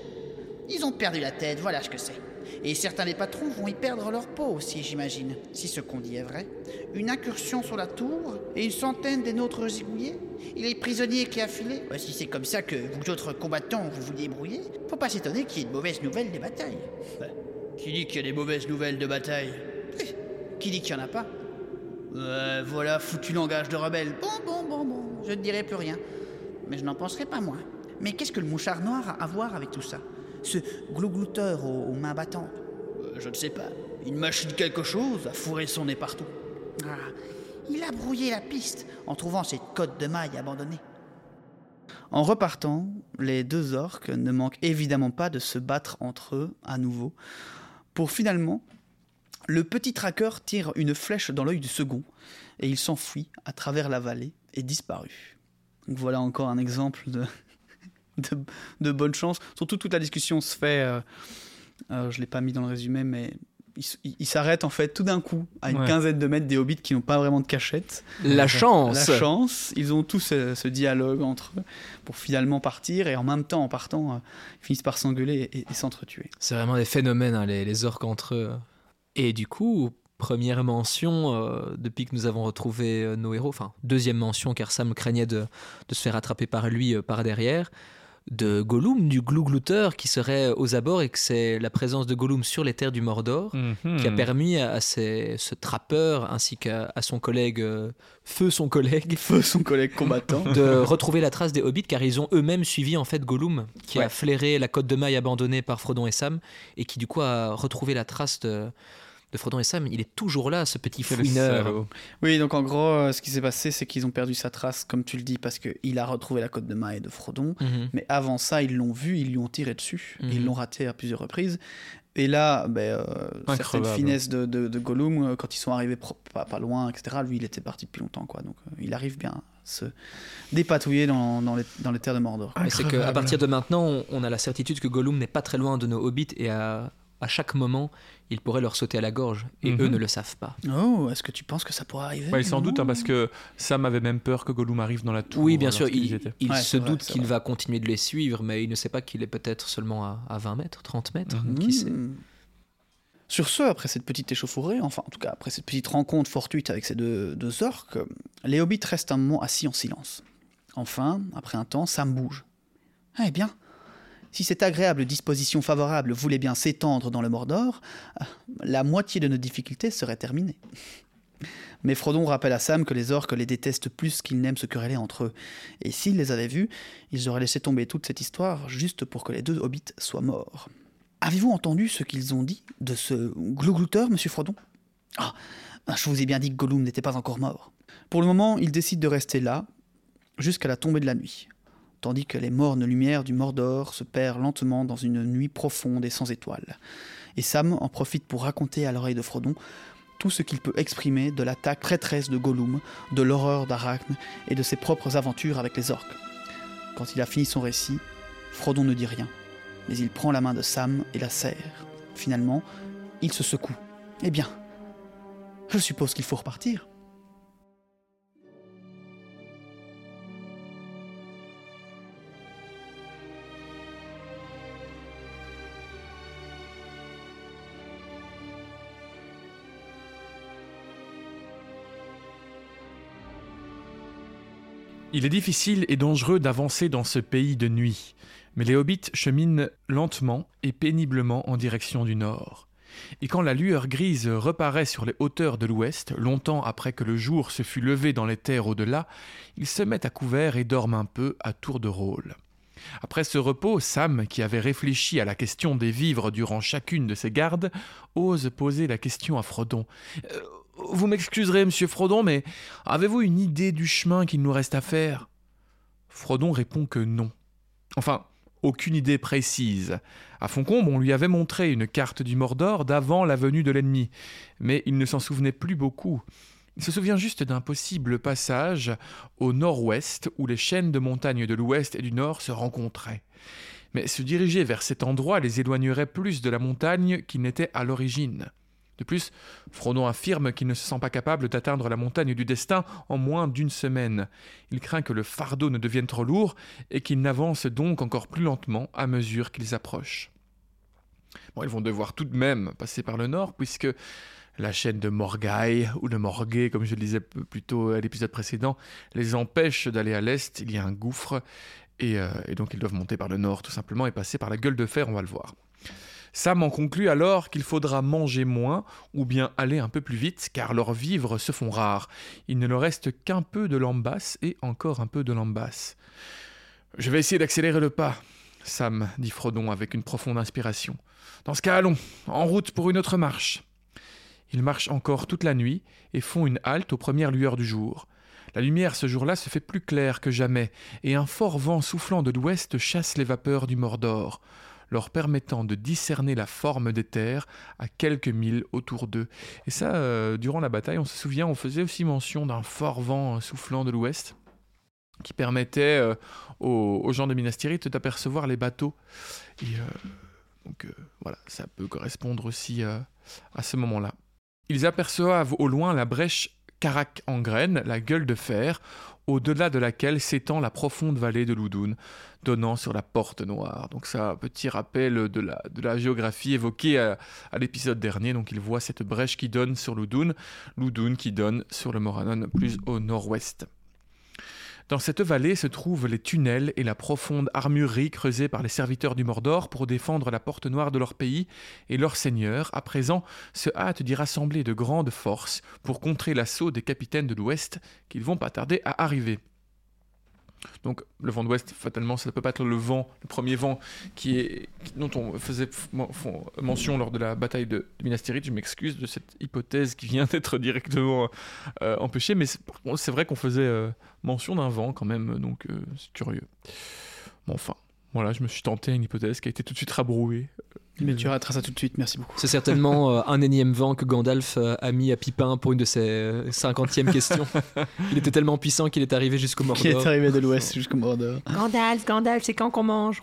Ils ont perdu la tête, voilà ce que c'est. Et certains des patrons vont y perdre leur peau aussi, j'imagine, si ce qu'on dit est vrai. Une incursion sur la tour, et une centaine des nôtres zigouillés. Et les prisonniers qui affilés. Si c'est comme ça que vous autres combattants vous vous débrouillez, faut pas s'étonner qu'il y ait de mauvaises nouvelles des batailles. Qui dit qu'il y a des mauvaises nouvelles de bataille? Qui dit qu'il n'y en a pas? Voilà, foutu langage de rebelle. Bon, je ne dirai plus rien. Mais je n'en penserai pas moins. Mais qu'est-ce que le mouchard noir a à voir avec tout ça? Ce glouglouteur aux mains battantes? Je ne sais pas. Il machine quelque chose, a fourré son nez partout. Ah, il a brouillé la piste en trouvant cette côte de mailles abandonnée. En repartant, les 2 orques ne manquent évidemment pas de se battre entre eux à nouveau, pour finalement... Le petit tracker tire une flèche dans l'œil du second et il s'enfuit à travers la vallée et disparut. Donc voilà encore un exemple de bonne chance. Surtout toute la discussion se fait, je ne l'ai pas mis dans le résumé, mais il s'arrête en fait tout d'un coup à une quinzaine de mètres des hobbits qui n'ont pas vraiment de cachette. La chance. Ils ont tous ce dialogue entre eux pour finalement partir et en même temps en partant ils finissent par s'engueuler et s'entretuer. C'est vraiment des phénomènes, hein, les orques entre eux. Et du coup, première mention, depuis que nous avons retrouvé nos héros, enfin deuxième mention car Sam craignait de se faire attraper par lui par derrière, de Gollum, du glouglouteur qui serait aux abords, et que c'est la présence de Gollum sur les terres du Mordor qui a permis à ce trappeur ainsi qu'à son collègue Feu son collègue combattant de retrouver la trace des hobbits, car ils ont eux-mêmes suivi en fait Gollum qui a flairé la côte de mailles abandonnée par Frodon et Sam et qui du coup a retrouvé la trace de Frodon et Sam. Il est toujours là, ce petit fouineur. Oui, donc en gros, ce qui s'est passé, c'est qu'ils ont perdu sa trace, comme tu le dis, parce qu'il a retrouvé la côte de mailles de Frodon. Mais avant ça, ils l'ont vu, ils lui ont tiré dessus, et ils l'ont raté à plusieurs reprises. Et là, certaines finesses de Gollum, quand ils sont arrivés pas loin, etc., lui, il était parti depuis longtemps, quoi. Donc il arrive bien à se dépatouiller dans les terres de Mordor. Mais c'est qu'à partir de maintenant, on a la certitude que Gollum n'est pas très loin de nos hobbits, et à chaque moment, il pourrait leur sauter à la gorge, et eux ne le savent pas. Oh, est-ce que tu penses que ça pourrait arriver? Oui, sans doute, hein, parce que Sam avait même peur que Gollum arrive dans la tour. Oui, bien sûr, il se doute qu'il va continuer de les suivre, mais il ne sait pas qu'il est peut-être seulement à 20 mètres, 30 mètres, qui sait. Sur ce, après cette petite échauffourée, enfin en tout cas après cette petite rencontre fortuite avec ces deux orques, les hobbits restent un moment assis en silence. Enfin, après un temps, Sam bouge. « Eh bien, si cette agréable disposition favorable voulait bien s'étendre dans le Mordor, la moitié de nos difficultés serait terminée. » Mais Frodon rappelle à Sam que les orques les détestent plus qu'ils n'aiment se quereller entre eux. Et s'ils les avaient vus, ils auraient laissé tomber toute cette histoire juste pour que les 2 hobbits soient morts. Avez-vous entendu ce qu'ils ont dit de ce glouglouteur, monsieur Frodon ? Ah, je vous ai bien dit que Gollum n'était pas encore mort. Pour le moment, ils décident de rester là, jusqu'à la tombée de la nuit, tandis que les mornes lumières du Mordor se perdent lentement dans une nuit profonde et sans étoiles. Et Sam en profite pour raconter à l'oreille de Frodon tout ce qu'il peut exprimer de l'attaque traîtresse de Gollum, de l'horreur d'Arachne et de ses propres aventures avec les orques. Quand il a fini son récit, Frodon ne dit rien, mais il prend la main de Sam et la serre. Finalement, il se secoue. Eh bien, je suppose qu'il faut repartir. Il est difficile et dangereux d'avancer dans ce pays de nuit, mais les hobbits cheminent lentement et péniblement en direction du nord. Et quand la lueur grise reparaît sur les hauteurs de l'ouest, longtemps après que le jour se fût levé dans les terres au-delà, ils se mettent à couvert et dorment un peu à tour de rôle. Après ce repos, Sam, qui avait réfléchi à la question des vivres durant chacune de ses gardes, ose poser la question à Frodon. Vous m'excuserez, monsieur Frodon, mais avez-vous une idée du chemin qu'il nous reste à faire ? Frodon répond que non. Enfin, aucune idée précise. À Foncombe, on lui avait montré une carte du Mordor d'avant la venue de l'ennemi, mais il ne s'en souvenait plus beaucoup. Il se souvient juste d'un possible passage au nord-ouest où les chaînes de montagnes de l'ouest et du nord se rencontraient. Mais se diriger vers cet endroit les éloignerait plus de la montagne qu'ils n'étaient à l'origine. De plus, Frodon affirme qu'il ne se sent pas capable d'atteindre la montagne du destin en moins d'une semaine. Il craint que le fardeau ne devienne trop lourd et qu'ils n'avancent donc encore plus lentement à mesure qu'ils approchent. Bon, ils vont devoir tout de même passer par le nord puisque la chaîne de Morgai, ou de Morgai, comme je le disais plus tôt à l'épisode précédent, les empêche d'aller à l'est. Il y a un gouffre et donc ils doivent monter par le nord tout simplement et passer par la gueule de fer, on va le voir. Sam en conclut alors qu'il faudra manger moins ou bien aller un peu plus vite car leurs vivres se font rares. Il ne leur reste qu'un peu de lambasse et encore un peu de lambasse. « Je vais essayer d'accélérer le pas, Sam, dit Frodon avec une profonde inspiration. Dans ce cas, allons, en route pour une autre marche. Ils marchent encore toute la nuit et font une halte aux premières lueurs du jour. La lumière ce jour-là se fait plus claire que jamais et un fort vent soufflant de l'ouest chasse les vapeurs du Mordor, leur permettant de discerner la forme des terres à quelques milles autour d'eux. Et ça, durant la bataille, on se souvient, on faisait aussi mention d'un fort vent soufflant de l'ouest qui permettait aux gens de Minas Tirith d'apercevoir les bateaux. Et donc voilà, ça peut correspondre aussi à ce moment-là. Ils aperçoivent au loin la brèche Karak en graine, la gueule de fer, au-delà de laquelle s'étend la profonde vallée de Loudoun, donnant sur la Porte Noire. Donc ça, petit rappel de la géographie évoquée à l'épisode dernier. Donc ils voient cette brèche qui donne sur Loudoun, Loudoun qui donne sur le Morannon, plus au nord-ouest. Dans cette vallée se trouvent les tunnels et la profonde armurerie creusée par les serviteurs du Mordor pour défendre la porte noire de leur pays, et leur seigneur, à présent, se hâte d'y rassembler de grandes forces pour contrer l'assaut des capitaines de l'Ouest qui ne vont pas tarder à arriver. Donc le vent d'ouest, fatalement, ça ne peut pas être le premier vent dont on faisait mention lors de la bataille de Minas Tirith. Je m'excuse de cette hypothèse qui vient d'être directement empêchée, mais c'est vrai qu'on faisait mention d'un vent quand même, donc c'est curieux. Bon, enfin, voilà, je me suis tenté à une hypothèse qui a été tout de suite rabrouée. Mais tu rateras ça tout de suite, merci beaucoup. C'est certainement un énième vent que Gandalf a mis à Pipin pour une de ses 50e questions. Il était tellement puissant qu'il est arrivé jusqu'au Mordor. Qui est arrivé de l'ouest jusqu'au Mordor. Gandalf, c'est quand qu'on mange?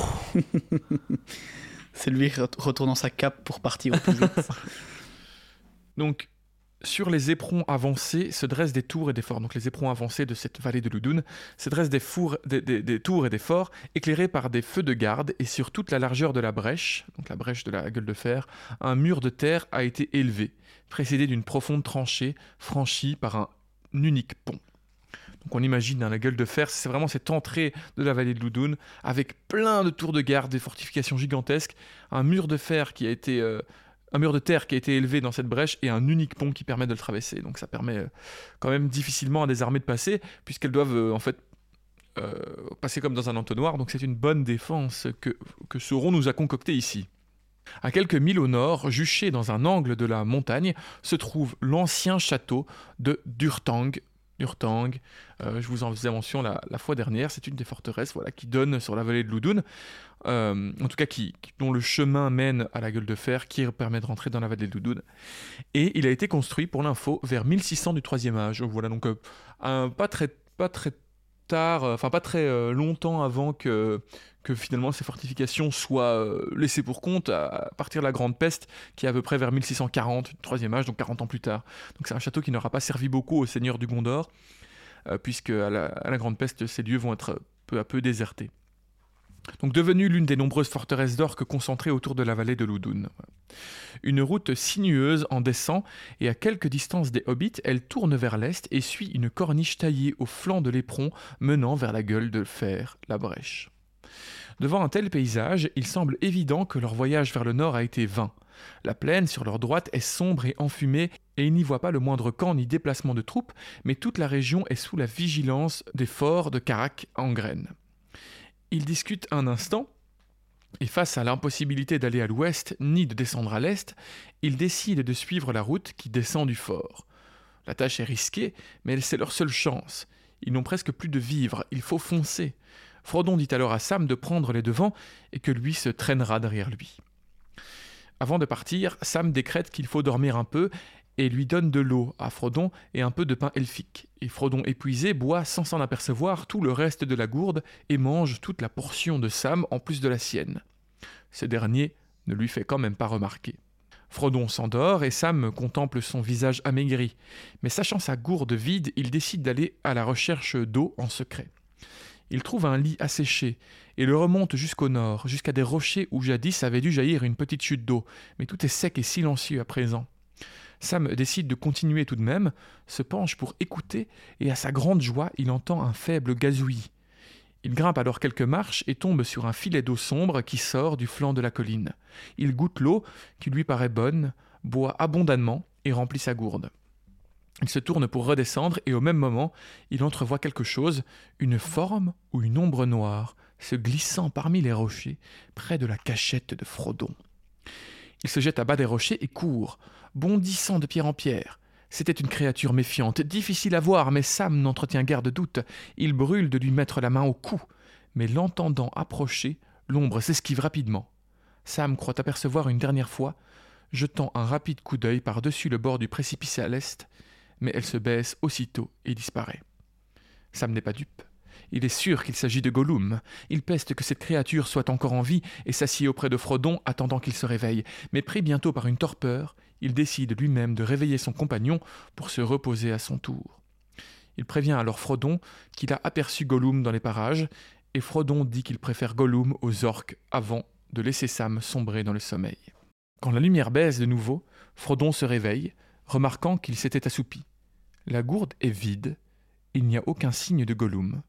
C'est lui retournant sa cape pour partir au plus vite. Donc, sur les éperons avancés se dressent des tours et des forts. Donc les éperons avancés de cette vallée de Loudoun se dressent des tours et des forts éclairés par des feux de garde, et sur toute la largeur de la brèche, donc la brèche de la gueule de fer, un mur de terre a été élevé, précédé d'une profonde tranchée franchie par un unique pont. Donc on imagine la gueule de fer, c'est vraiment cette entrée de la vallée de Loudoun avec plein de tours de garde, des fortifications gigantesques, un mur de terre qui a été élevé dans cette brèche et un unique pont qui permet de le traverser. Donc ça permet quand même difficilement à des armées de passer, puisqu'elles doivent passer comme dans un entonnoir. Donc c'est une bonne défense que Sauron nous a concoctée ici. À quelques milles au nord, juché dans un angle de la montagne, se trouve l'ancien château de Durtang. Je vous en faisais mention la fois dernière, c'est une des forteresses qui donne sur la vallée de Loudoun, en tout cas dont le chemin mène à la gueule de fer qui permet de rentrer dans la vallée de Loudoun. Et il a été construit, pour l'info, vers 1600 du 3e âge. Voilà, donc pas très tard, pas très longtemps avant que finalement ces fortifications soient laissées pour compte à partir de la Grande Peste, qui est à peu près vers 1640 du 3e âge, donc 40 ans plus tard. Donc c'est un château qui n'aura pas servi beaucoup aux seigneurs du Gondor, puisque à la Grande Peste, ces lieux vont être peu à peu désertés. Donc devenue l'une des nombreuses forteresses d'orques concentrées autour de la vallée de Loudoun. Une route sinueuse en descend, et à quelque distance des hobbits, elle tourne vers l'est et suit une corniche taillée au flanc de l'éperon menant vers la gueule de fer, la brèche. Devant un tel paysage, il semble évident que leur voyage vers le nord a été vain. La plaine sur leur droite est sombre et enfumée, et ils n'y voient pas le moindre camp ni déplacement de troupes, mais toute la région est sous la vigilance des forts de Carac en graine. Ils discutent un instant, et face à l'impossibilité d'aller à l'ouest ni de descendre à l'est, ils décident de suivre la route qui descend du fort. La tâche est risquée, mais c'est leur seule chance. Ils n'ont presque plus de vivres, il faut foncer. Frodon dit alors à Sam de prendre les devants et que lui se traînera derrière lui. Avant de partir, Sam décrète qu'il faut dormir un peu et lui donne de l'eau à Frodon et un peu de pain elfique. Et Frodon, épuisé, boit sans s'en apercevoir tout le reste de la gourde et mange toute la portion de Sam en plus de la sienne. Ce dernier ne lui fait quand même pas remarquer. Frodon s'endort et Sam contemple son visage amaigri. Mais sachant sa gourde vide, il décide d'aller à la recherche d'eau en secret. Il trouve un lit asséché et le remonte jusqu'au nord, jusqu'à des rochers où jadis avait dû jaillir une petite chute d'eau, mais tout est sec et silencieux à présent. Sam décide de continuer tout de même, se penche pour écouter, et à sa grande joie, il entend un faible gazouillis. Il grimpe alors quelques marches et tombe sur un filet d'eau sombre qui sort du flanc de la colline. Il goûte l'eau, qui lui paraît bonne, boit abondamment et remplit sa gourde. Il se tourne pour redescendre et au même moment, il entrevoit quelque chose, une forme ou une ombre noire, se glissant parmi les rochers, près de la cachette de Frodon. Il se jette à bas des rochers et court, bondissant de pierre en pierre. C'était une créature méfiante, difficile à voir, mais Sam n'entretient guère de doute. Il brûle de lui mettre la main au cou, mais l'entendant approcher, l'ombre s'esquive rapidement. Sam croit apercevoir une dernière fois, jetant un rapide coup d'œil par-dessus le bord du précipice à l'est, mais elle se baisse aussitôt et disparaît. Sam n'est pas dupe. Il est sûr qu'il s'agit de Gollum. Il peste que cette créature soit encore en vie et s'assied auprès de Frodon attendant qu'il se réveille. Mais pris bientôt par une torpeur, il décide lui-même de réveiller son compagnon pour se reposer à son tour. Il prévient alors Frodon qu'il a aperçu Gollum dans les parages, et Frodon dit qu'il préfère Gollum aux orques avant de laisser Sam sombrer dans le sommeil. Quand la lumière baisse de nouveau, Frodon se réveille, remarquant qu'il s'était assoupi. La gourde est vide, il n'y a aucun signe de Gollum.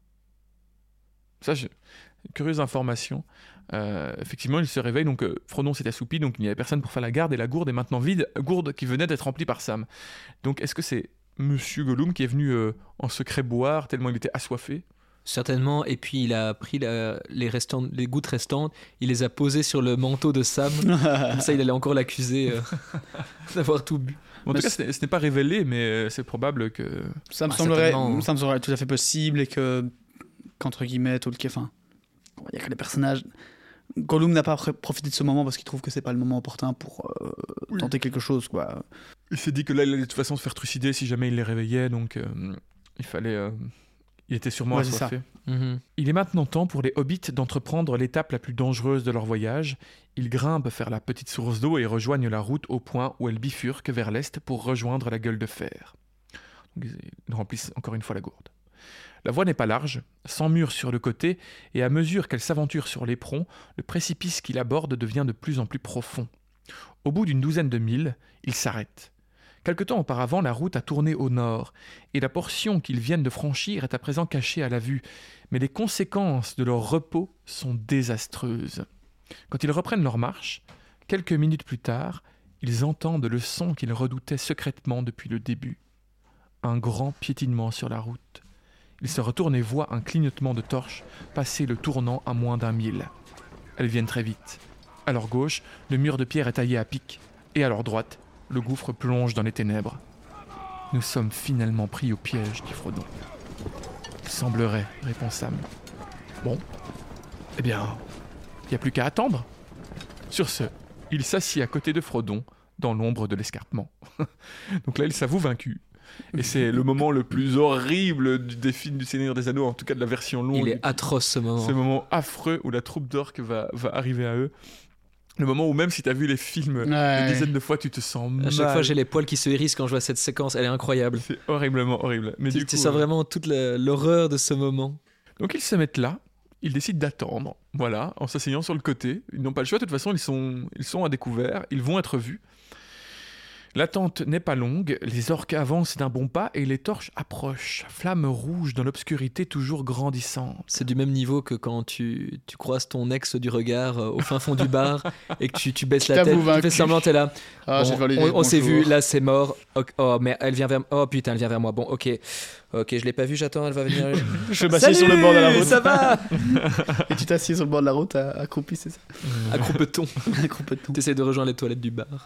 Ça, curieuse information. Effectivement, il se réveille, donc Frodon s'est assoupi, donc il n'y avait personne pour faire la garde, et la gourde est maintenant vide, gourde qui venait d'être remplie par Sam. Donc est-ce que c'est Monsieur Gollum qui est venu en secret boire, tellement il était assoiffé ? Certainement, et puis il a pris les gouttes restantes, il les a posées sur le manteau de Sam, comme ça il allait encore l'accuser d'avoir tout bu. En tout cas, ce n'est pas révélé, mais c'est probable que... Ça me semblerait tout à fait possible, et que, qu'entre guillemets, Tolkien, il y a que les personnages... Gollum n'a pas profité de ce moment parce qu'il trouve que c'est pas le moment opportun pour tenter quelque chose, quoi. Il s'est dit que là, il allait de toute façon se faire trucider si jamais il les réveillait, donc il fallait... Il était sûrement assoiffé. Il est maintenant temps pour les hobbits d'entreprendre l'étape la plus dangereuse de leur voyage. Ils grimpent vers la petite source d'eau et rejoignent la route au point où elle bifurque vers l'est pour rejoindre la gueule de fer. Donc, ils remplissent encore une fois la gourde. La voie n'est pas large, sans mur sur le côté, et à mesure qu'elle s'aventure sur l'éperon, le précipice qui l'aborde devient de plus en plus profond. Au bout d'une douzaine de milles, ils s'arrêtent. Quelque temps auparavant, la route a tourné au nord, et la portion qu'ils viennent de franchir est à présent cachée à la vue, mais les conséquences de leur repos sont désastreuses. Quand ils reprennent leur marche, quelques minutes plus tard, ils entendent le son qu'ils redoutaient secrètement depuis le début. Un grand piétinement sur la route. Ils se retournent et voient un clignotement de torche passer le tournant à moins d'1 mille. Elles viennent très vite. À leur gauche, le mur de pierre est taillé à pic, et à leur droite, le gouffre plonge dans les ténèbres. « Nous sommes finalement pris au piège, dit Frodon. »« Il semblerait, répond Sam. »« Bon, eh bien, il n'y a plus qu'à attendre. » Sur ce, il s'assied à côté de Frodon, dans l'ombre de l'escarpement. Donc là, il s'avoue vaincu. Et c'est le moment le plus horrible des films du Seigneur des Anneaux, en tout cas de la version longue. Il est atroce ce moment. Ce moment affreux où la troupe d'orques va arriver à eux. Le moment où même si tu as vu les films des dizaines de fois, tu te sens mal. À chaque fois, j'ai les poils qui se hérissent quand je vois cette séquence. Elle est incroyable. C'est horriblement horrible. Mais tu sens vraiment toute l'horreur de ce moment. Donc ils se mettent là. Ils décident d'attendre, voilà, en s'asseyant sur le côté. Ils n'ont pas le choix, de toute façon, ils sont à découvert, ils vont être vus. L'attente n'est pas longue, les orques avancent d'un bon pas et les torches approchent, flammes rouges dans l'obscurité toujours grandissante. C'est du même niveau que quand tu croises ton ex du regard au fin fond du bar et que tu baisses la tête, tu fais semblant, t'es là. Ah, bon, on s'est vu, là c'est mort. Oh, mais elle vient vers moi. Oh putain, elle vient vers moi. Bon, ok, je l'ai pas vue, j'attends, elle va venir. Je m'assieds sur le bord de la route. Ça va. Et tu t'assieds sur le bord de la route accroupi, c'est ça? Accroupe-t-on. Accroupe-t-on. T'essaies de rejoindre les toilettes du bar.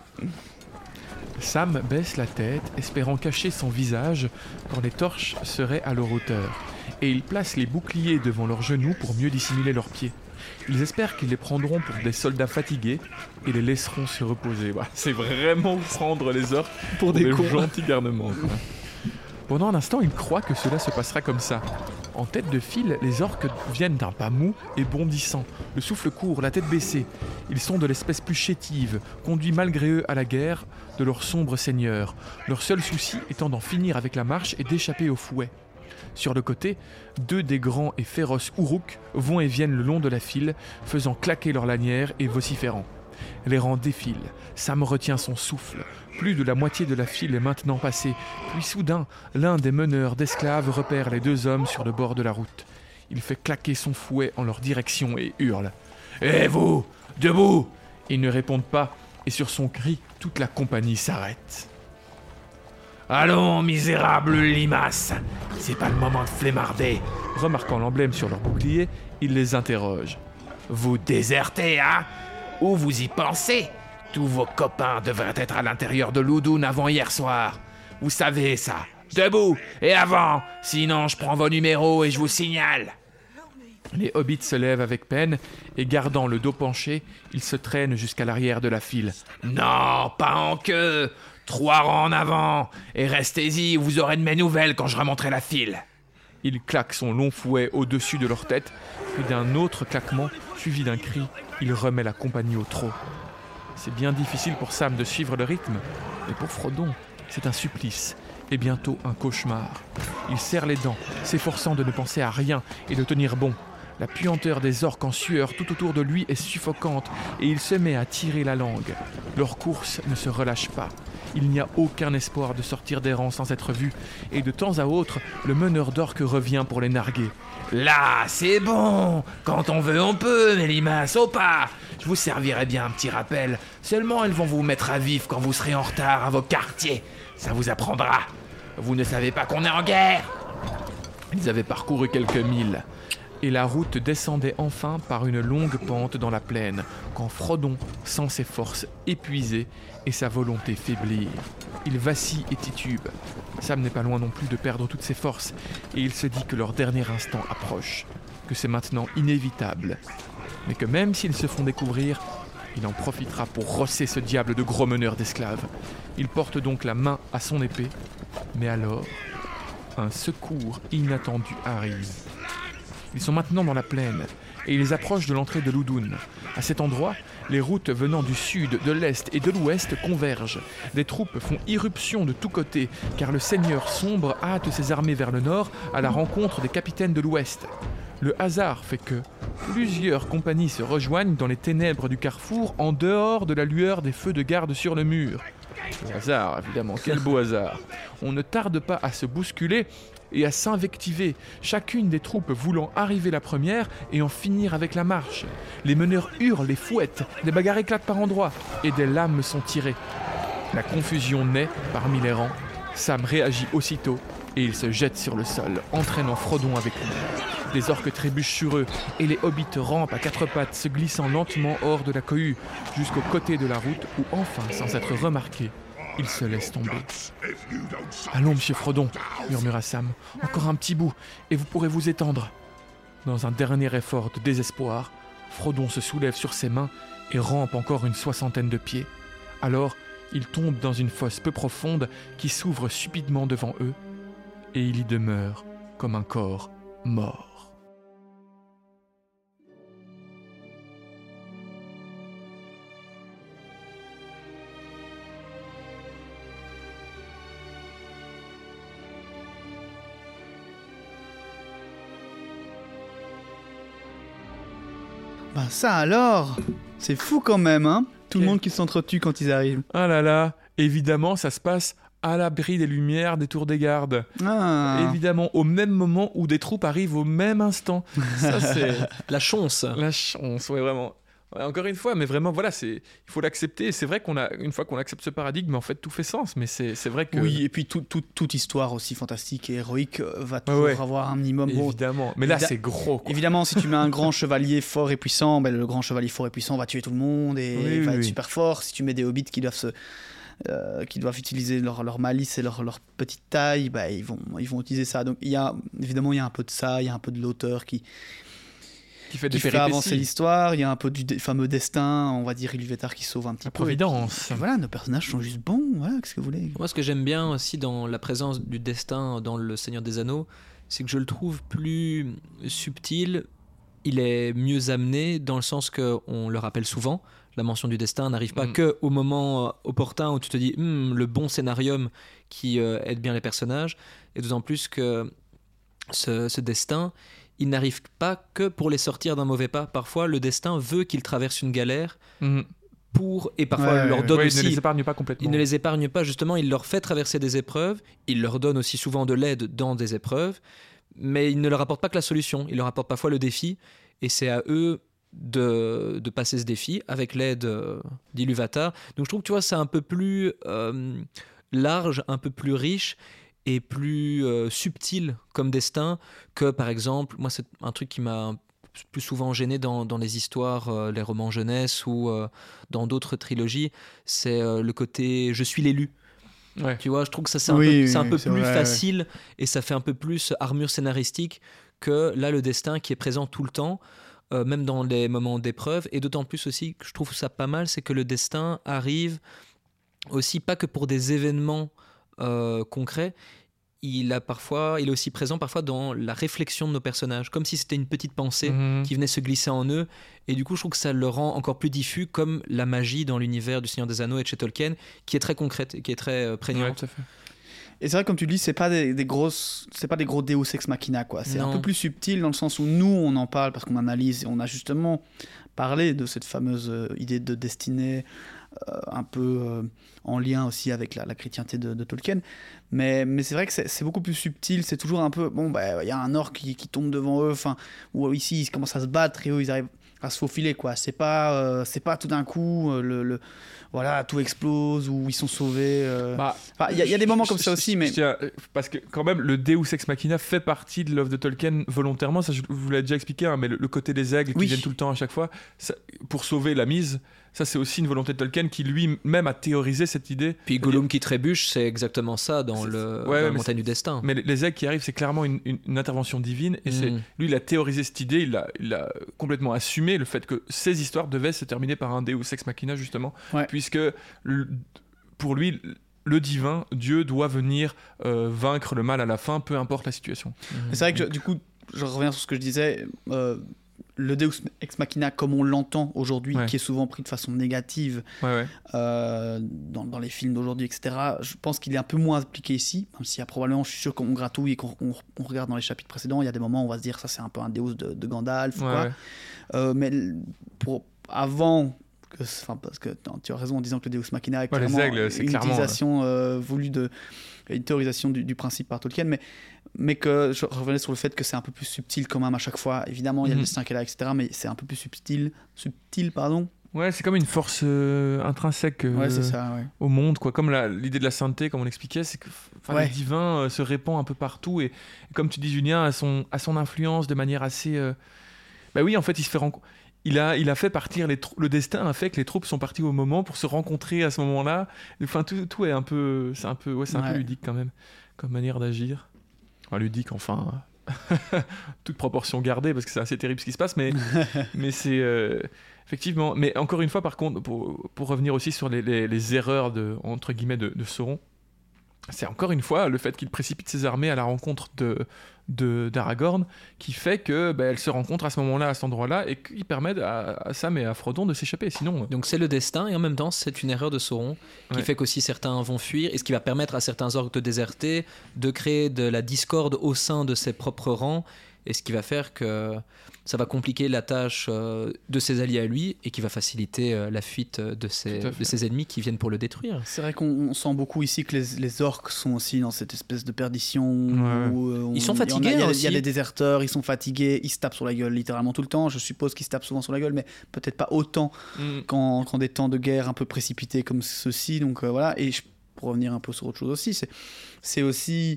Sam baisse la tête, espérant cacher son visage quand les torches seraient à leur hauteur, et ils placent les boucliers devant leurs genoux pour mieux dissimuler leurs pieds. Ils espèrent qu'ils les prendront pour des soldats fatigués et les laisseront se reposer. Voilà, c'est vraiment prendre les orques pour des gentils garnements. Pendant un instant, ils croient que cela se passera comme ça. En tête de file, les orques viennent d'un pas mou et bondissant, le souffle court, la tête baissée. Ils sont de l'espèce plus chétive, conduits malgré eux à la guerre de leur sombre seigneur, leur seul souci étant d'en finir avec la marche et d'échapper au fouet. Sur le côté, 2 des grands et féroces Uruk vont et viennent le long de la file, faisant claquer leurs lanières et vociférant. Les rangs défilent, Sam retient son souffle. Plus de la moitié de la file est maintenant passée, puis soudain, l'un des meneurs d'esclaves repère les 2 hommes sur le bord de la route. Il fait claquer son fouet en leur direction et hurle « Eh vous, debout !» Ils ne répondent pas, et sur son cri, toute la compagnie s'arrête. « Allons, misérables limaces, c'est pas le moment de flemmarder !» Remarquant l'emblème sur leur bouclier, il les interroge. « Vous désertez, hein ? Où vous y pensez ? Tous vos copains devraient être à l'intérieur de Loudoun avant hier soir. Vous savez ça. Debout et avant, sinon je prends vos numéros et je vous signale. » Les hobbits se lèvent avec peine et gardant le dos penché, ils se traînent jusqu'à l'arrière de la file. « Non, pas en queue ! 3 rangs en avant et restez-y, vous aurez de mes nouvelles quand je remonterai la file. » Il claque son long fouet au-dessus de leur tête, puis d'un autre claquement, suivi d'un cri, il remet la compagnie au trot. C'est bien difficile pour Sam de suivre le rythme, mais pour Frodon, c'est un supplice, et bientôt un cauchemar. Il serre les dents, s'efforçant de ne penser à rien et de tenir bon. La puanteur des orques en sueur tout autour de lui est suffocante, et il se met à tirer la langue. Leur course ne se relâche pas. Il n'y a aucun espoir de sortir des rangs sans être vu, et de temps à autre, le meneur d'orques revient pour les narguer. « Là, c'est bon. Quand on veut, on peut, mes limaces, au pas. Je vous servirai bien un petit rappel. Seulement, elles vont vous mettre à vif quand vous serez en retard à vos quartiers. Ça vous apprendra. Vous ne savez pas qu'on est en guerre. » Ils avaient parcouru quelques milles, et la route descendait enfin par une longue pente dans la plaine, quand Frodon sent ses forces épuisées et sa volonté faiblir. Il vacille et titube. Sam n'est pas loin non plus de perdre toutes ses forces, et il se dit que leur dernier instant approche, que c'est maintenant inévitable, mais que même s'ils se font découvrir, il en profitera pour rosser ce diable de gros meneur d'esclaves. Il porte donc la main à son épée, mais alors, un secours inattendu arrive. Ils sont maintenant dans la plaine, et ils approchent de l'entrée de Loudoun. À cet endroit, les routes venant du sud, de l'est et de l'ouest convergent. Des troupes font irruption de tous côtés, car le seigneur sombre hâte ses armées vers le nord à la rencontre des capitaines de l'ouest. Le hasard fait que plusieurs compagnies se rejoignent dans les ténèbres du carrefour en dehors de la lueur des feux de garde sur le mur. Le hasard, évidemment, quel beau hasard. On ne tarde pas à se bousculer et à s'invectiver, chacune des troupes voulant arriver la première et en finir avec la marche. Les meneurs hurlent, les fouettent, des bagarres éclatent par endroits, et des lames sont tirées. La confusion naît parmi les rangs, Sam réagit aussitôt et il se jette sur le sol, entraînant Frodon avec lui. Les orques trébuchent sur eux et les hobbits rampent à quatre pattes, se glissant lentement hors de la cohue jusqu'au côté de la route où enfin, sans être remarqués, ils se laissent tomber. « Allons, monsieur Frodon » murmura Sam, « encore un petit bout et vous pourrez vous étendre. » Dans un dernier effort de désespoir, Frodon se soulève sur ses mains et rampe encore une 60aine de pieds. Alors, il tombe dans une fosse peu profonde qui s'ouvre subidement devant eux et il y demeure comme un corps mort. Bah ça alors, c'est fou quand même, hein. Tout le monde qui s'entretue quand ils arrivent. Ah là là, évidemment, ça se passe à l'abri des lumières des tours des gardes. Ah. Évidemment, au même moment où des troupes arrivent au même instant. Ça, c'est La chance. la chance, ouais, vraiment. Ouais, encore une fois, mais vraiment, voilà, il faut l'accepter. C'est vrai une fois qu'on accepte ce paradigme, en fait, tout fait sens. Mais c'est vrai que... Oui, et puis toute histoire aussi fantastique et héroïque va toujours avoir un minimum. Évidemment. Mais là, c'est gros, quoi. Évidemment, si tu mets un grand chevalier fort et puissant, ben, le grand chevalier fort et puissant va tuer tout le monde et va être super fort. Si tu mets des hobbits qui doivent utiliser leur malice et leur petite taille, bah, ils vont utiliser ça. Donc évidemment il y a un peu de ça, il y a un peu de l'auteur qui fait avancer l'histoire, il y a un peu du fameux destin, on va dire Ilúvatar qui sauve un petit peu. Providence. Et voilà, nos personnages sont juste bons, voilà, qu'est-ce que vous voulez. Moi, ce que j'aime bien aussi dans la présence du destin dans Le Seigneur des Anneaux, c'est que je le trouve plus subtil, il est mieux amené dans le sens qu'on le rappelle souvent. La mention du destin n'arrive pas que au moment opportun où tu te dis le bon scénarium qui aide bien les personnages, et d'autant plus que ce destin, il n'arrive pas que pour les sortir d'un mauvais pas. Parfois, le destin veut qu'ils traversent une galère et parfois il leur donne aussi. Il ne les épargne pas complètement. Il ne les épargne pas, justement, il leur fait traverser des épreuves, il leur donne aussi souvent de l'aide dans des épreuves, mais il ne leur apporte pas que la solution, il leur apporte parfois le défi, et c'est à eux de passer ce défi avec l'aide d'Ilúvatar. Donc je trouve que tu vois, c'est un peu plus large, un peu plus riche et plus subtil comme destin que, par exemple, moi c'est un truc qui m'a plus souvent gêné dans les histoires, les romans jeunesse ou dans d'autres trilogies, c'est le côté « je suis l'élu ». Ouais. Tu vois, je trouve que ça c'est un peu plus facile et ça fait un peu plus armure scénaristique que là le destin qui est présent tout le temps, même dans les moments d'épreuve. Et d'autant plus aussi que je trouve ça pas mal, c'est que le destin arrive aussi pas que pour des événements concrets. Il est aussi présent parfois dans la réflexion de nos personnages, comme si c'était une petite pensée qui venait se glisser en eux. Et du coup, je trouve que ça le rend encore plus diffus, comme la magie dans l'univers du Seigneur des Anneaux et de chez Tolkien, qui est très concrète et qui est très prégnante. Ouais, tout à fait. Et c'est vrai, comme tu le dis, c'est pas des gros Deus Ex Machina, quoi. C'est un peu plus subtil dans le sens où nous, on en parle parce qu'on analyse et on a justement parlé de cette fameuse idée de destinée, un peu en lien aussi avec la chrétienté de Tolkien. Mais c'est vrai que c'est beaucoup plus subtil. C'est toujours un peu, y a un orc qui tombe devant eux, ou ici, ils commencent à se battre et eux, ils arrivent à se faufiler, quoi. C'est pas tout d'un coup, voilà, tout explose ou ils sont sauvés. Il y a des moments comme ça aussi, mais... Parce que quand même, le Deus Ex Machina fait partie de l'œuvre de Tolkien volontairement. Ça, je vous l'ai déjà expliqué, hein, mais le côté des aigles qui viennent tout le temps à chaque fois, ça, pour sauver la mise, ça c'est aussi une volonté de Tolkien qui lui-même a théorisé cette idée. Puis Gollum qui trébuche, c'est exactement ça dans la montagne du destin. Mais les aigles qui arrivent, c'est clairement une intervention divine. Et lui, il a théorisé cette idée, il a complètement assumé le fait que ces histoires devaient se terminer par un Deus Ex Machina, justement. Ouais. Puisque pour lui, le divin, Dieu, doit venir vaincre le mal à la fin, peu importe la situation. C'est vrai que du coup, je reviens sur ce que je disais... le Deus Ex Machina comme on l'entend aujourd'hui, qui est souvent pris de façon négative dans les films d'aujourd'hui, etc., je pense qu'il est un peu moins appliqué ici, même s'il y a probablement, je suis sûr qu'on gratouille et qu'on regarde dans les chapitres précédents, il y a des moments où on va se dire ça c'est un peu un Deus de Gandalf ou quoi. Mais avant parce que tu as raison en disant que le Deus Machina est clairement utilisation voulue une théorisation du principe par Tolkien, mais que je revenais sur le fait que c'est un peu plus subtil quand même à chaque fois. Évidemment, il y a le destin qui est là, etc., mais c'est un peu plus subtil, Ouais, c'est comme une force intrinsèque Ouais, c'est ça, ouais. au monde, quoi. Comme l'idée de la sainteté, comme on l'expliquait, c'est que Ouais. le divin se répand un peu partout. Et comme tu dis, Julien, à son influence de manière assez... Bah oui, en fait, il se fait il a fait partir le destin a fait que les troupes sont parties au moment pour se rencontrer à ce moment-là. Enfin, tout est un peu... C'est un peu ludique quand même, comme manière d'agir. Enfin, ludique, enfin... toute proportion gardée, parce que c'est assez terrible ce qui se passe, mais c'est... effectivement, mais encore une fois, par contre, pour revenir aussi sur les erreurs entre guillemets de Sauron, c'est encore une fois le fait qu'il précipite ses armées à la rencontre d'Aragorn qui fait que elles se rencontrent à ce moment-là, à cet endroit-là, et qui permettent à Sam et à Frodon de s'échapper. Sinon, Donc c'est le destin, et en même temps c'est une erreur de Sauron qui fait qu'aussi certains vont fuir, et ce qui va permettre à certains orques de déserter, de créer de la discorde au sein de ses propres rangs, et ce qui va faire que ça va compliquer la tâche de ses alliés à lui, et qui va faciliter la fuite de ses ennemis qui viennent pour le détruire. C'est vrai qu'on sent beaucoup ici que les orques sont aussi dans cette espèce de perdition. Ils sont fatigués Il y a aussi. des déserteurs, ils sont fatigués, ils se tapent sur la gueule littéralement tout le temps. Je suppose qu'ils se tapent souvent sur la gueule, mais peut-être pas autant quand des temps de guerre un peu précipités comme ceux-ci. Donc voilà. Et pour revenir un peu sur autre chose aussi, c'est aussi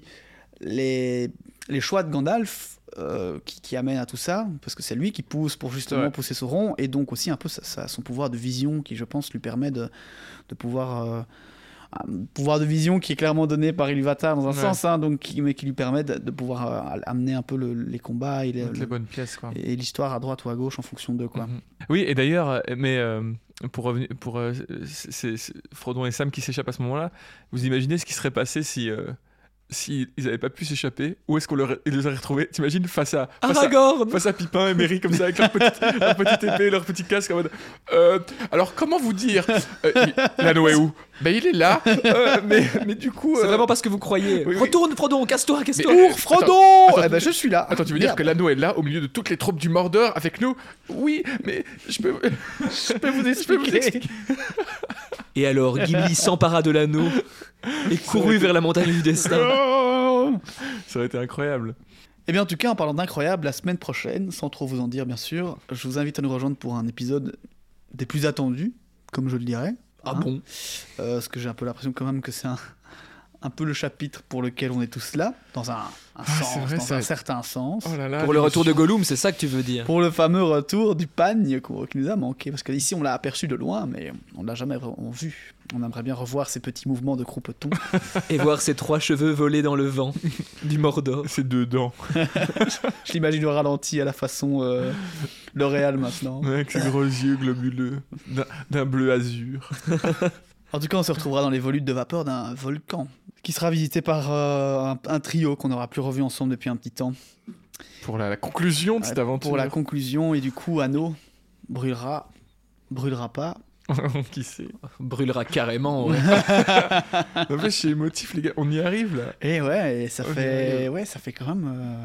les choix de Gandalf qui amènent à tout ça, parce que c'est lui qui pousse pour justement pousser Sauron, et donc aussi un peu son pouvoir de vision qui, je pense, lui permet de pouvoir... un pouvoir de vision qui est clairement donné par Ilúvatar dans un sens, hein, donc mais qui lui permet de pouvoir amener un peu les combats et les bonnes pièces, quoi. Et l'histoire à droite ou à gauche en fonction d'eux, quoi. Oui, et d'ailleurs, mais pour revenir, c'est Frodon et Sam qui s'échappent à ce moment-là, vous imaginez ce qui serait passé si ils n'avaient pas pu s'échapper, où est-ce qu'on les aurait retrouvés? T'imagines face à Pipin et Merry comme ça avec leur petite épée, leur petit casque en mode alors comment vous dire l'anneau est où? Ben il est là, mais du coup c'est vraiment pas ce que vous croyez. Oui. Retourne Frodon, casse-toi. Frodon! Attends, Eh ben je suis là. Attends, tu veux dire que l'anneau est là au milieu de toutes les troupes du Mordor avec nous? Oui, mais je peux vous expliquer. Et alors Gimli s'empara de l'anneau et courut vers la montagne du destin. Ça aurait été incroyable. Eh bien, en tout cas, en parlant d'incroyable, la semaine prochaine, sans trop vous en dire, bien sûr, je vous invite à nous rejoindre pour un épisode des plus attendus, comme je le dirais. Ah bon? Parce que j'ai un peu l'impression quand même que c'est un peu le chapitre pour lequel on est tous là, dans un certain sens. Oh là là, pour le retour de Gollum, c'est ça que tu veux dire? Pour le fameux retour du pagne qui nous a manqué. Parce qu'ici, on l'a aperçu de loin, mais on ne l'a jamais vu. On aimerait bien revoir ces petits mouvements de croupeton. Et voir ses 3 cheveux voler dans le vent du Mordor. Ses 2 dents. Je l'imagine au ralenti à la façon L'Oréal maintenant. Avec ses gros yeux globuleux, d'un bleu azur. En tout cas, on se retrouvera dans les volutes de vapeur d'un volcan, qui sera visité par un trio qu'on n'aura plus revu ensemble depuis un petit temps. Pour la conclusion de cette aventure. Pour la conclusion, et du coup, Anneau brûlera pas. Qui sait? Brûlera carrément, ouais. En fait, je suis émotif, les gars. On y arrive, là. Et ouais, et ça fait quand même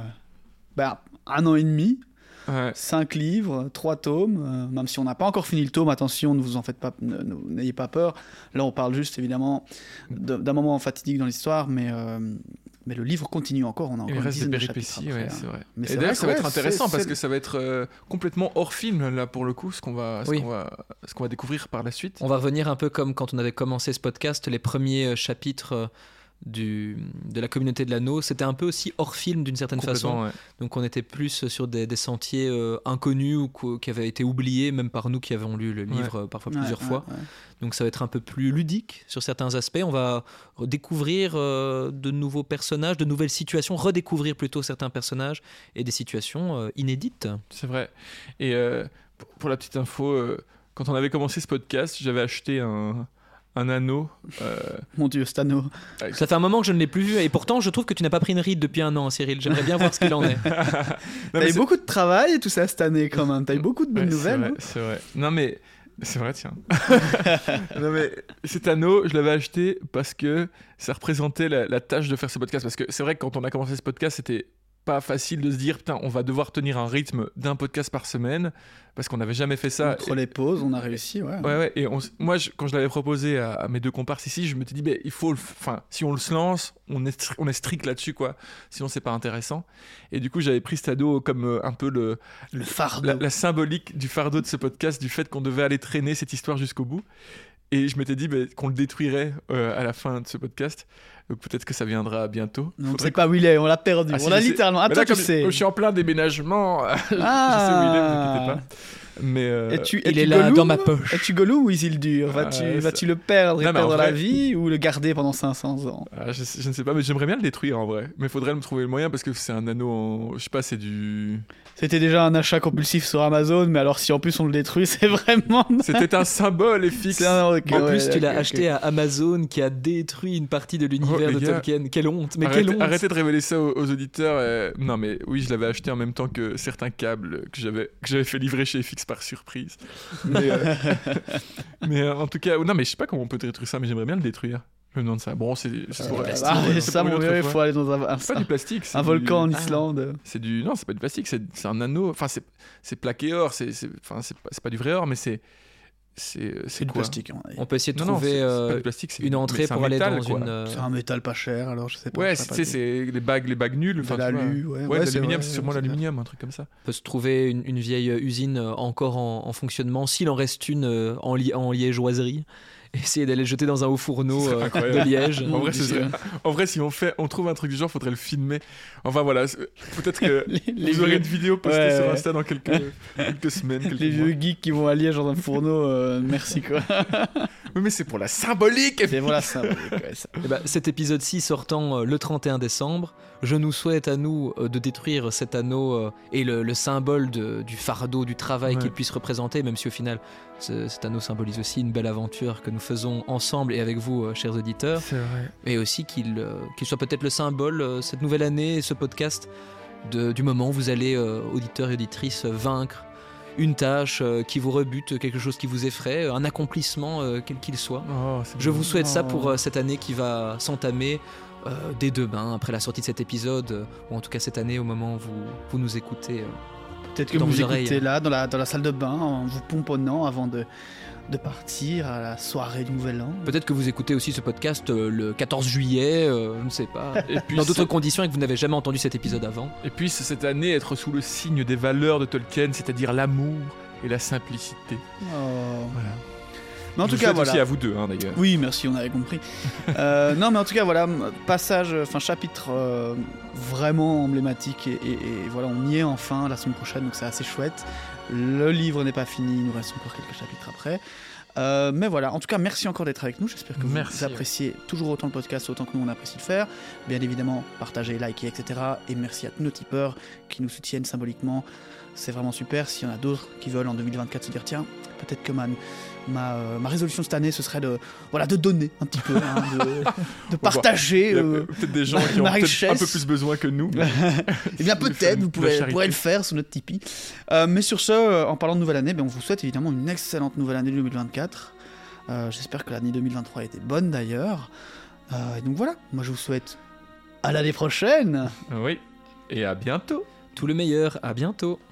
1 an et demi. Ouais. 5 livres, 3 tomes, même si on n'a pas encore fini le tome, attention, ne vous en faites pas, n'ayez pas peur. Là, on parle juste évidemment d'un moment fatidique dans l'histoire, mais le livre continue encore. On a encore il reste des péripéties, ouais, c'est vrai. Mais et d'ailleurs, ça va être intéressant parce que ça va être complètement hors film là pour le coup, ce qu'on va découvrir par la suite. On va revenir un peu comme quand on avait commencé ce podcast, les premiers chapitres de la communauté de l'anneau, c'était un peu aussi hors film d'une certaine façon. Ouais. Donc on était plus sur des sentiers inconnus ou qui avaient été oubliés, même par nous qui avons lu le livre parfois plusieurs fois. Ouais. Donc ça va être un peu plus ludique sur certains aspects. On va découvrir de nouveaux personnages, de nouvelles situations, redécouvrir plutôt certains personnages et des situations inédites. C'est vrai. Et pour la petite info, quand on avait commencé ce podcast, j'avais acheté un anneau. Mon Dieu, cet anneau. Ça fait un moment que je ne l'ai plus vu et pourtant je trouve que tu n'as pas pris une ride depuis 1 an, Cyril. J'aimerais bien voir ce qu'il en est. T'as eu beaucoup de travail et tout ça cette année quand même. T'as eu beaucoup de bonnes nouvelles. C'est vrai. Non mais c'est vrai, tiens. Non mais cet anneau, je l'avais acheté parce que ça représentait la tâche de faire ce podcast. Parce que c'est vrai que quand on a commencé ce podcast, c'était pas facile de se dire putain, on va devoir tenir un rythme d'un podcast par semaine parce qu'on n'avait jamais fait ça. Entre les pauses, on a réussi, ouais. Ouais, et moi, quand je l'avais proposé à mes 2 comparses ici, je me suis dit, il faut, si on se lance, on est strict là-dessus, quoi. Sinon, c'est pas intéressant. Et du coup, j'avais pris cet ado comme un peu le fardeau. La symbolique du fardeau de ce podcast, du fait qu'on devait aller traîner cette histoire jusqu'au bout. Et je m'étais dit qu'on le détruirait à la fin de ce podcast. Donc peut-être que ça viendra bientôt. On ne sait pas où il est, on l'a perdu. On l'a littéralement. Attends, tu sais. Je suis en plein déménagement. Je sais où il est, ne vous inquiétez pas. Mais il est là dans ma poche. Es-tu Gollum ou Isildur? Vas-tu le perdre et perdre la vie ou le garder pendant 500 ans? Je ne sais pas, mais j'aimerais bien le détruire en vrai. Mais il faudrait me trouver le moyen parce que c'est un anneau en... Je sais pas, c'est du... C'était déjà un achat compulsif sur Amazon, mais alors si en plus on le détruit, c'est vraiment... C'était un symbole, FX. En plus, tu l'as acheté à Amazon qui a détruit une partie de l'univers de Tolkien. Quelle honte, mais quelle honte. Arrêtez de révéler ça aux auditeurs. Non, mais oui, je l'avais acheté en même temps que certains câbles que j'avais fait livrer chez FX par surprise. Mais en tout cas, non, mais je sais pas comment on peut détruire ça, mais j'aimerais bien le détruire. Je me demande ça. Bon, c'est ça, mon vieux, il faut aller dans c'est pas du plastique. Un volcan en Islande. Non, c'est pas du plastique, c'est un anneau. Enfin, c'est plaqué or. C'est pas du vrai or, mais c'est du quoi plastique. On peut essayer de trouver une entrée pour aller dans une. C'est un métal pas cher, alors je sais pas. Ouais, c'est les bagues nulles. L'aluminium, c'est sûrement l'aluminium, un truc comme ça. On peut se trouver une vieille usine encore en fonctionnement, s'il en reste une en liégeoiserie. Essayer d'aller le jeter dans un haut fourneau de Liège. En vrai, si on trouve un truc du genre, faudrait le filmer. Enfin voilà, peut-être que vous aurez une vidéo postée sur Insta dans quelques semaines. Les vieux geeks qui vont à Liège dans un fourneau, merci quoi. Oui, mais c'est pour la symbolique. C'est pour la symbolique, ça. Cet épisode-ci sortant le 31 décembre, je nous souhaite à nous de détruire cet anneau et le symbole du fardeau, du travail qu'il puisse représenter, même si au final cet anneau symbolise aussi une belle aventure que nous faisons ensemble et avec vous, chers auditeurs. C'est vrai. Et aussi qu'il soit peut-être le symbole, cette nouvelle année, ce podcast, du moment où vous allez, auditeurs et auditrices, vaincre une tâche qui vous rebute, quelque chose qui vous effraie, un accomplissement quel qu'il soit. Je vous souhaite ça pour cette année qui va s'entamer dès demain, après la sortie de cet épisode, ou en tout cas cette année au moment où vous nous écoutez. Peut-être que vous écoutez là, dans la salle de bain, en vous pomponnant avant de partir à la soirée du Nouvel An. Peut-être que vous écoutez aussi ce podcast le 14 juillet, je ne sais pas. Et puis dans d'autres conditions et que vous n'avez jamais entendu cet épisode avant. Et puis cette année, être sous le signe des valeurs de Tolkien, c'est-à-dire l'amour et la simplicité. Voilà. Mais en tout cas, aussi à vous deux, d'ailleurs. Oui, merci, on avait compris. Non, mais en tout cas, voilà, chapitre vraiment emblématique et voilà, on y est enfin la semaine prochaine, donc c'est assez chouette. Le livre n'est pas fini, il nous reste encore quelques chapitres après. Mais voilà, en tout cas, merci encore d'être avec nous. J'espère que vous appréciez toujours autant le podcast, autant que nous on apprécie le faire. Bien évidemment, partagez, likez, etc. Et merci à tous nos tipeurs qui nous soutiennent symboliquement. C'est vraiment super. S'il y en a d'autres qui veulent en 2024 se dire tiens, peut-être que ma résolution cette année, ce serait de donner un petit peu, de partager peut-être des gens qui ont peut-être un peu plus besoin que nous. Eh bien peut-être, vous pourrez le faire sur notre Tipeee. Mais sur ce, en parlant de nouvelle année, on vous souhaite évidemment une excellente nouvelle année 2024. J'espère que l'année 2023 a été bonne d'ailleurs. Et donc voilà, moi je vous souhaite à l'année prochaine. Oui, et à bientôt. Tout le meilleur, à bientôt.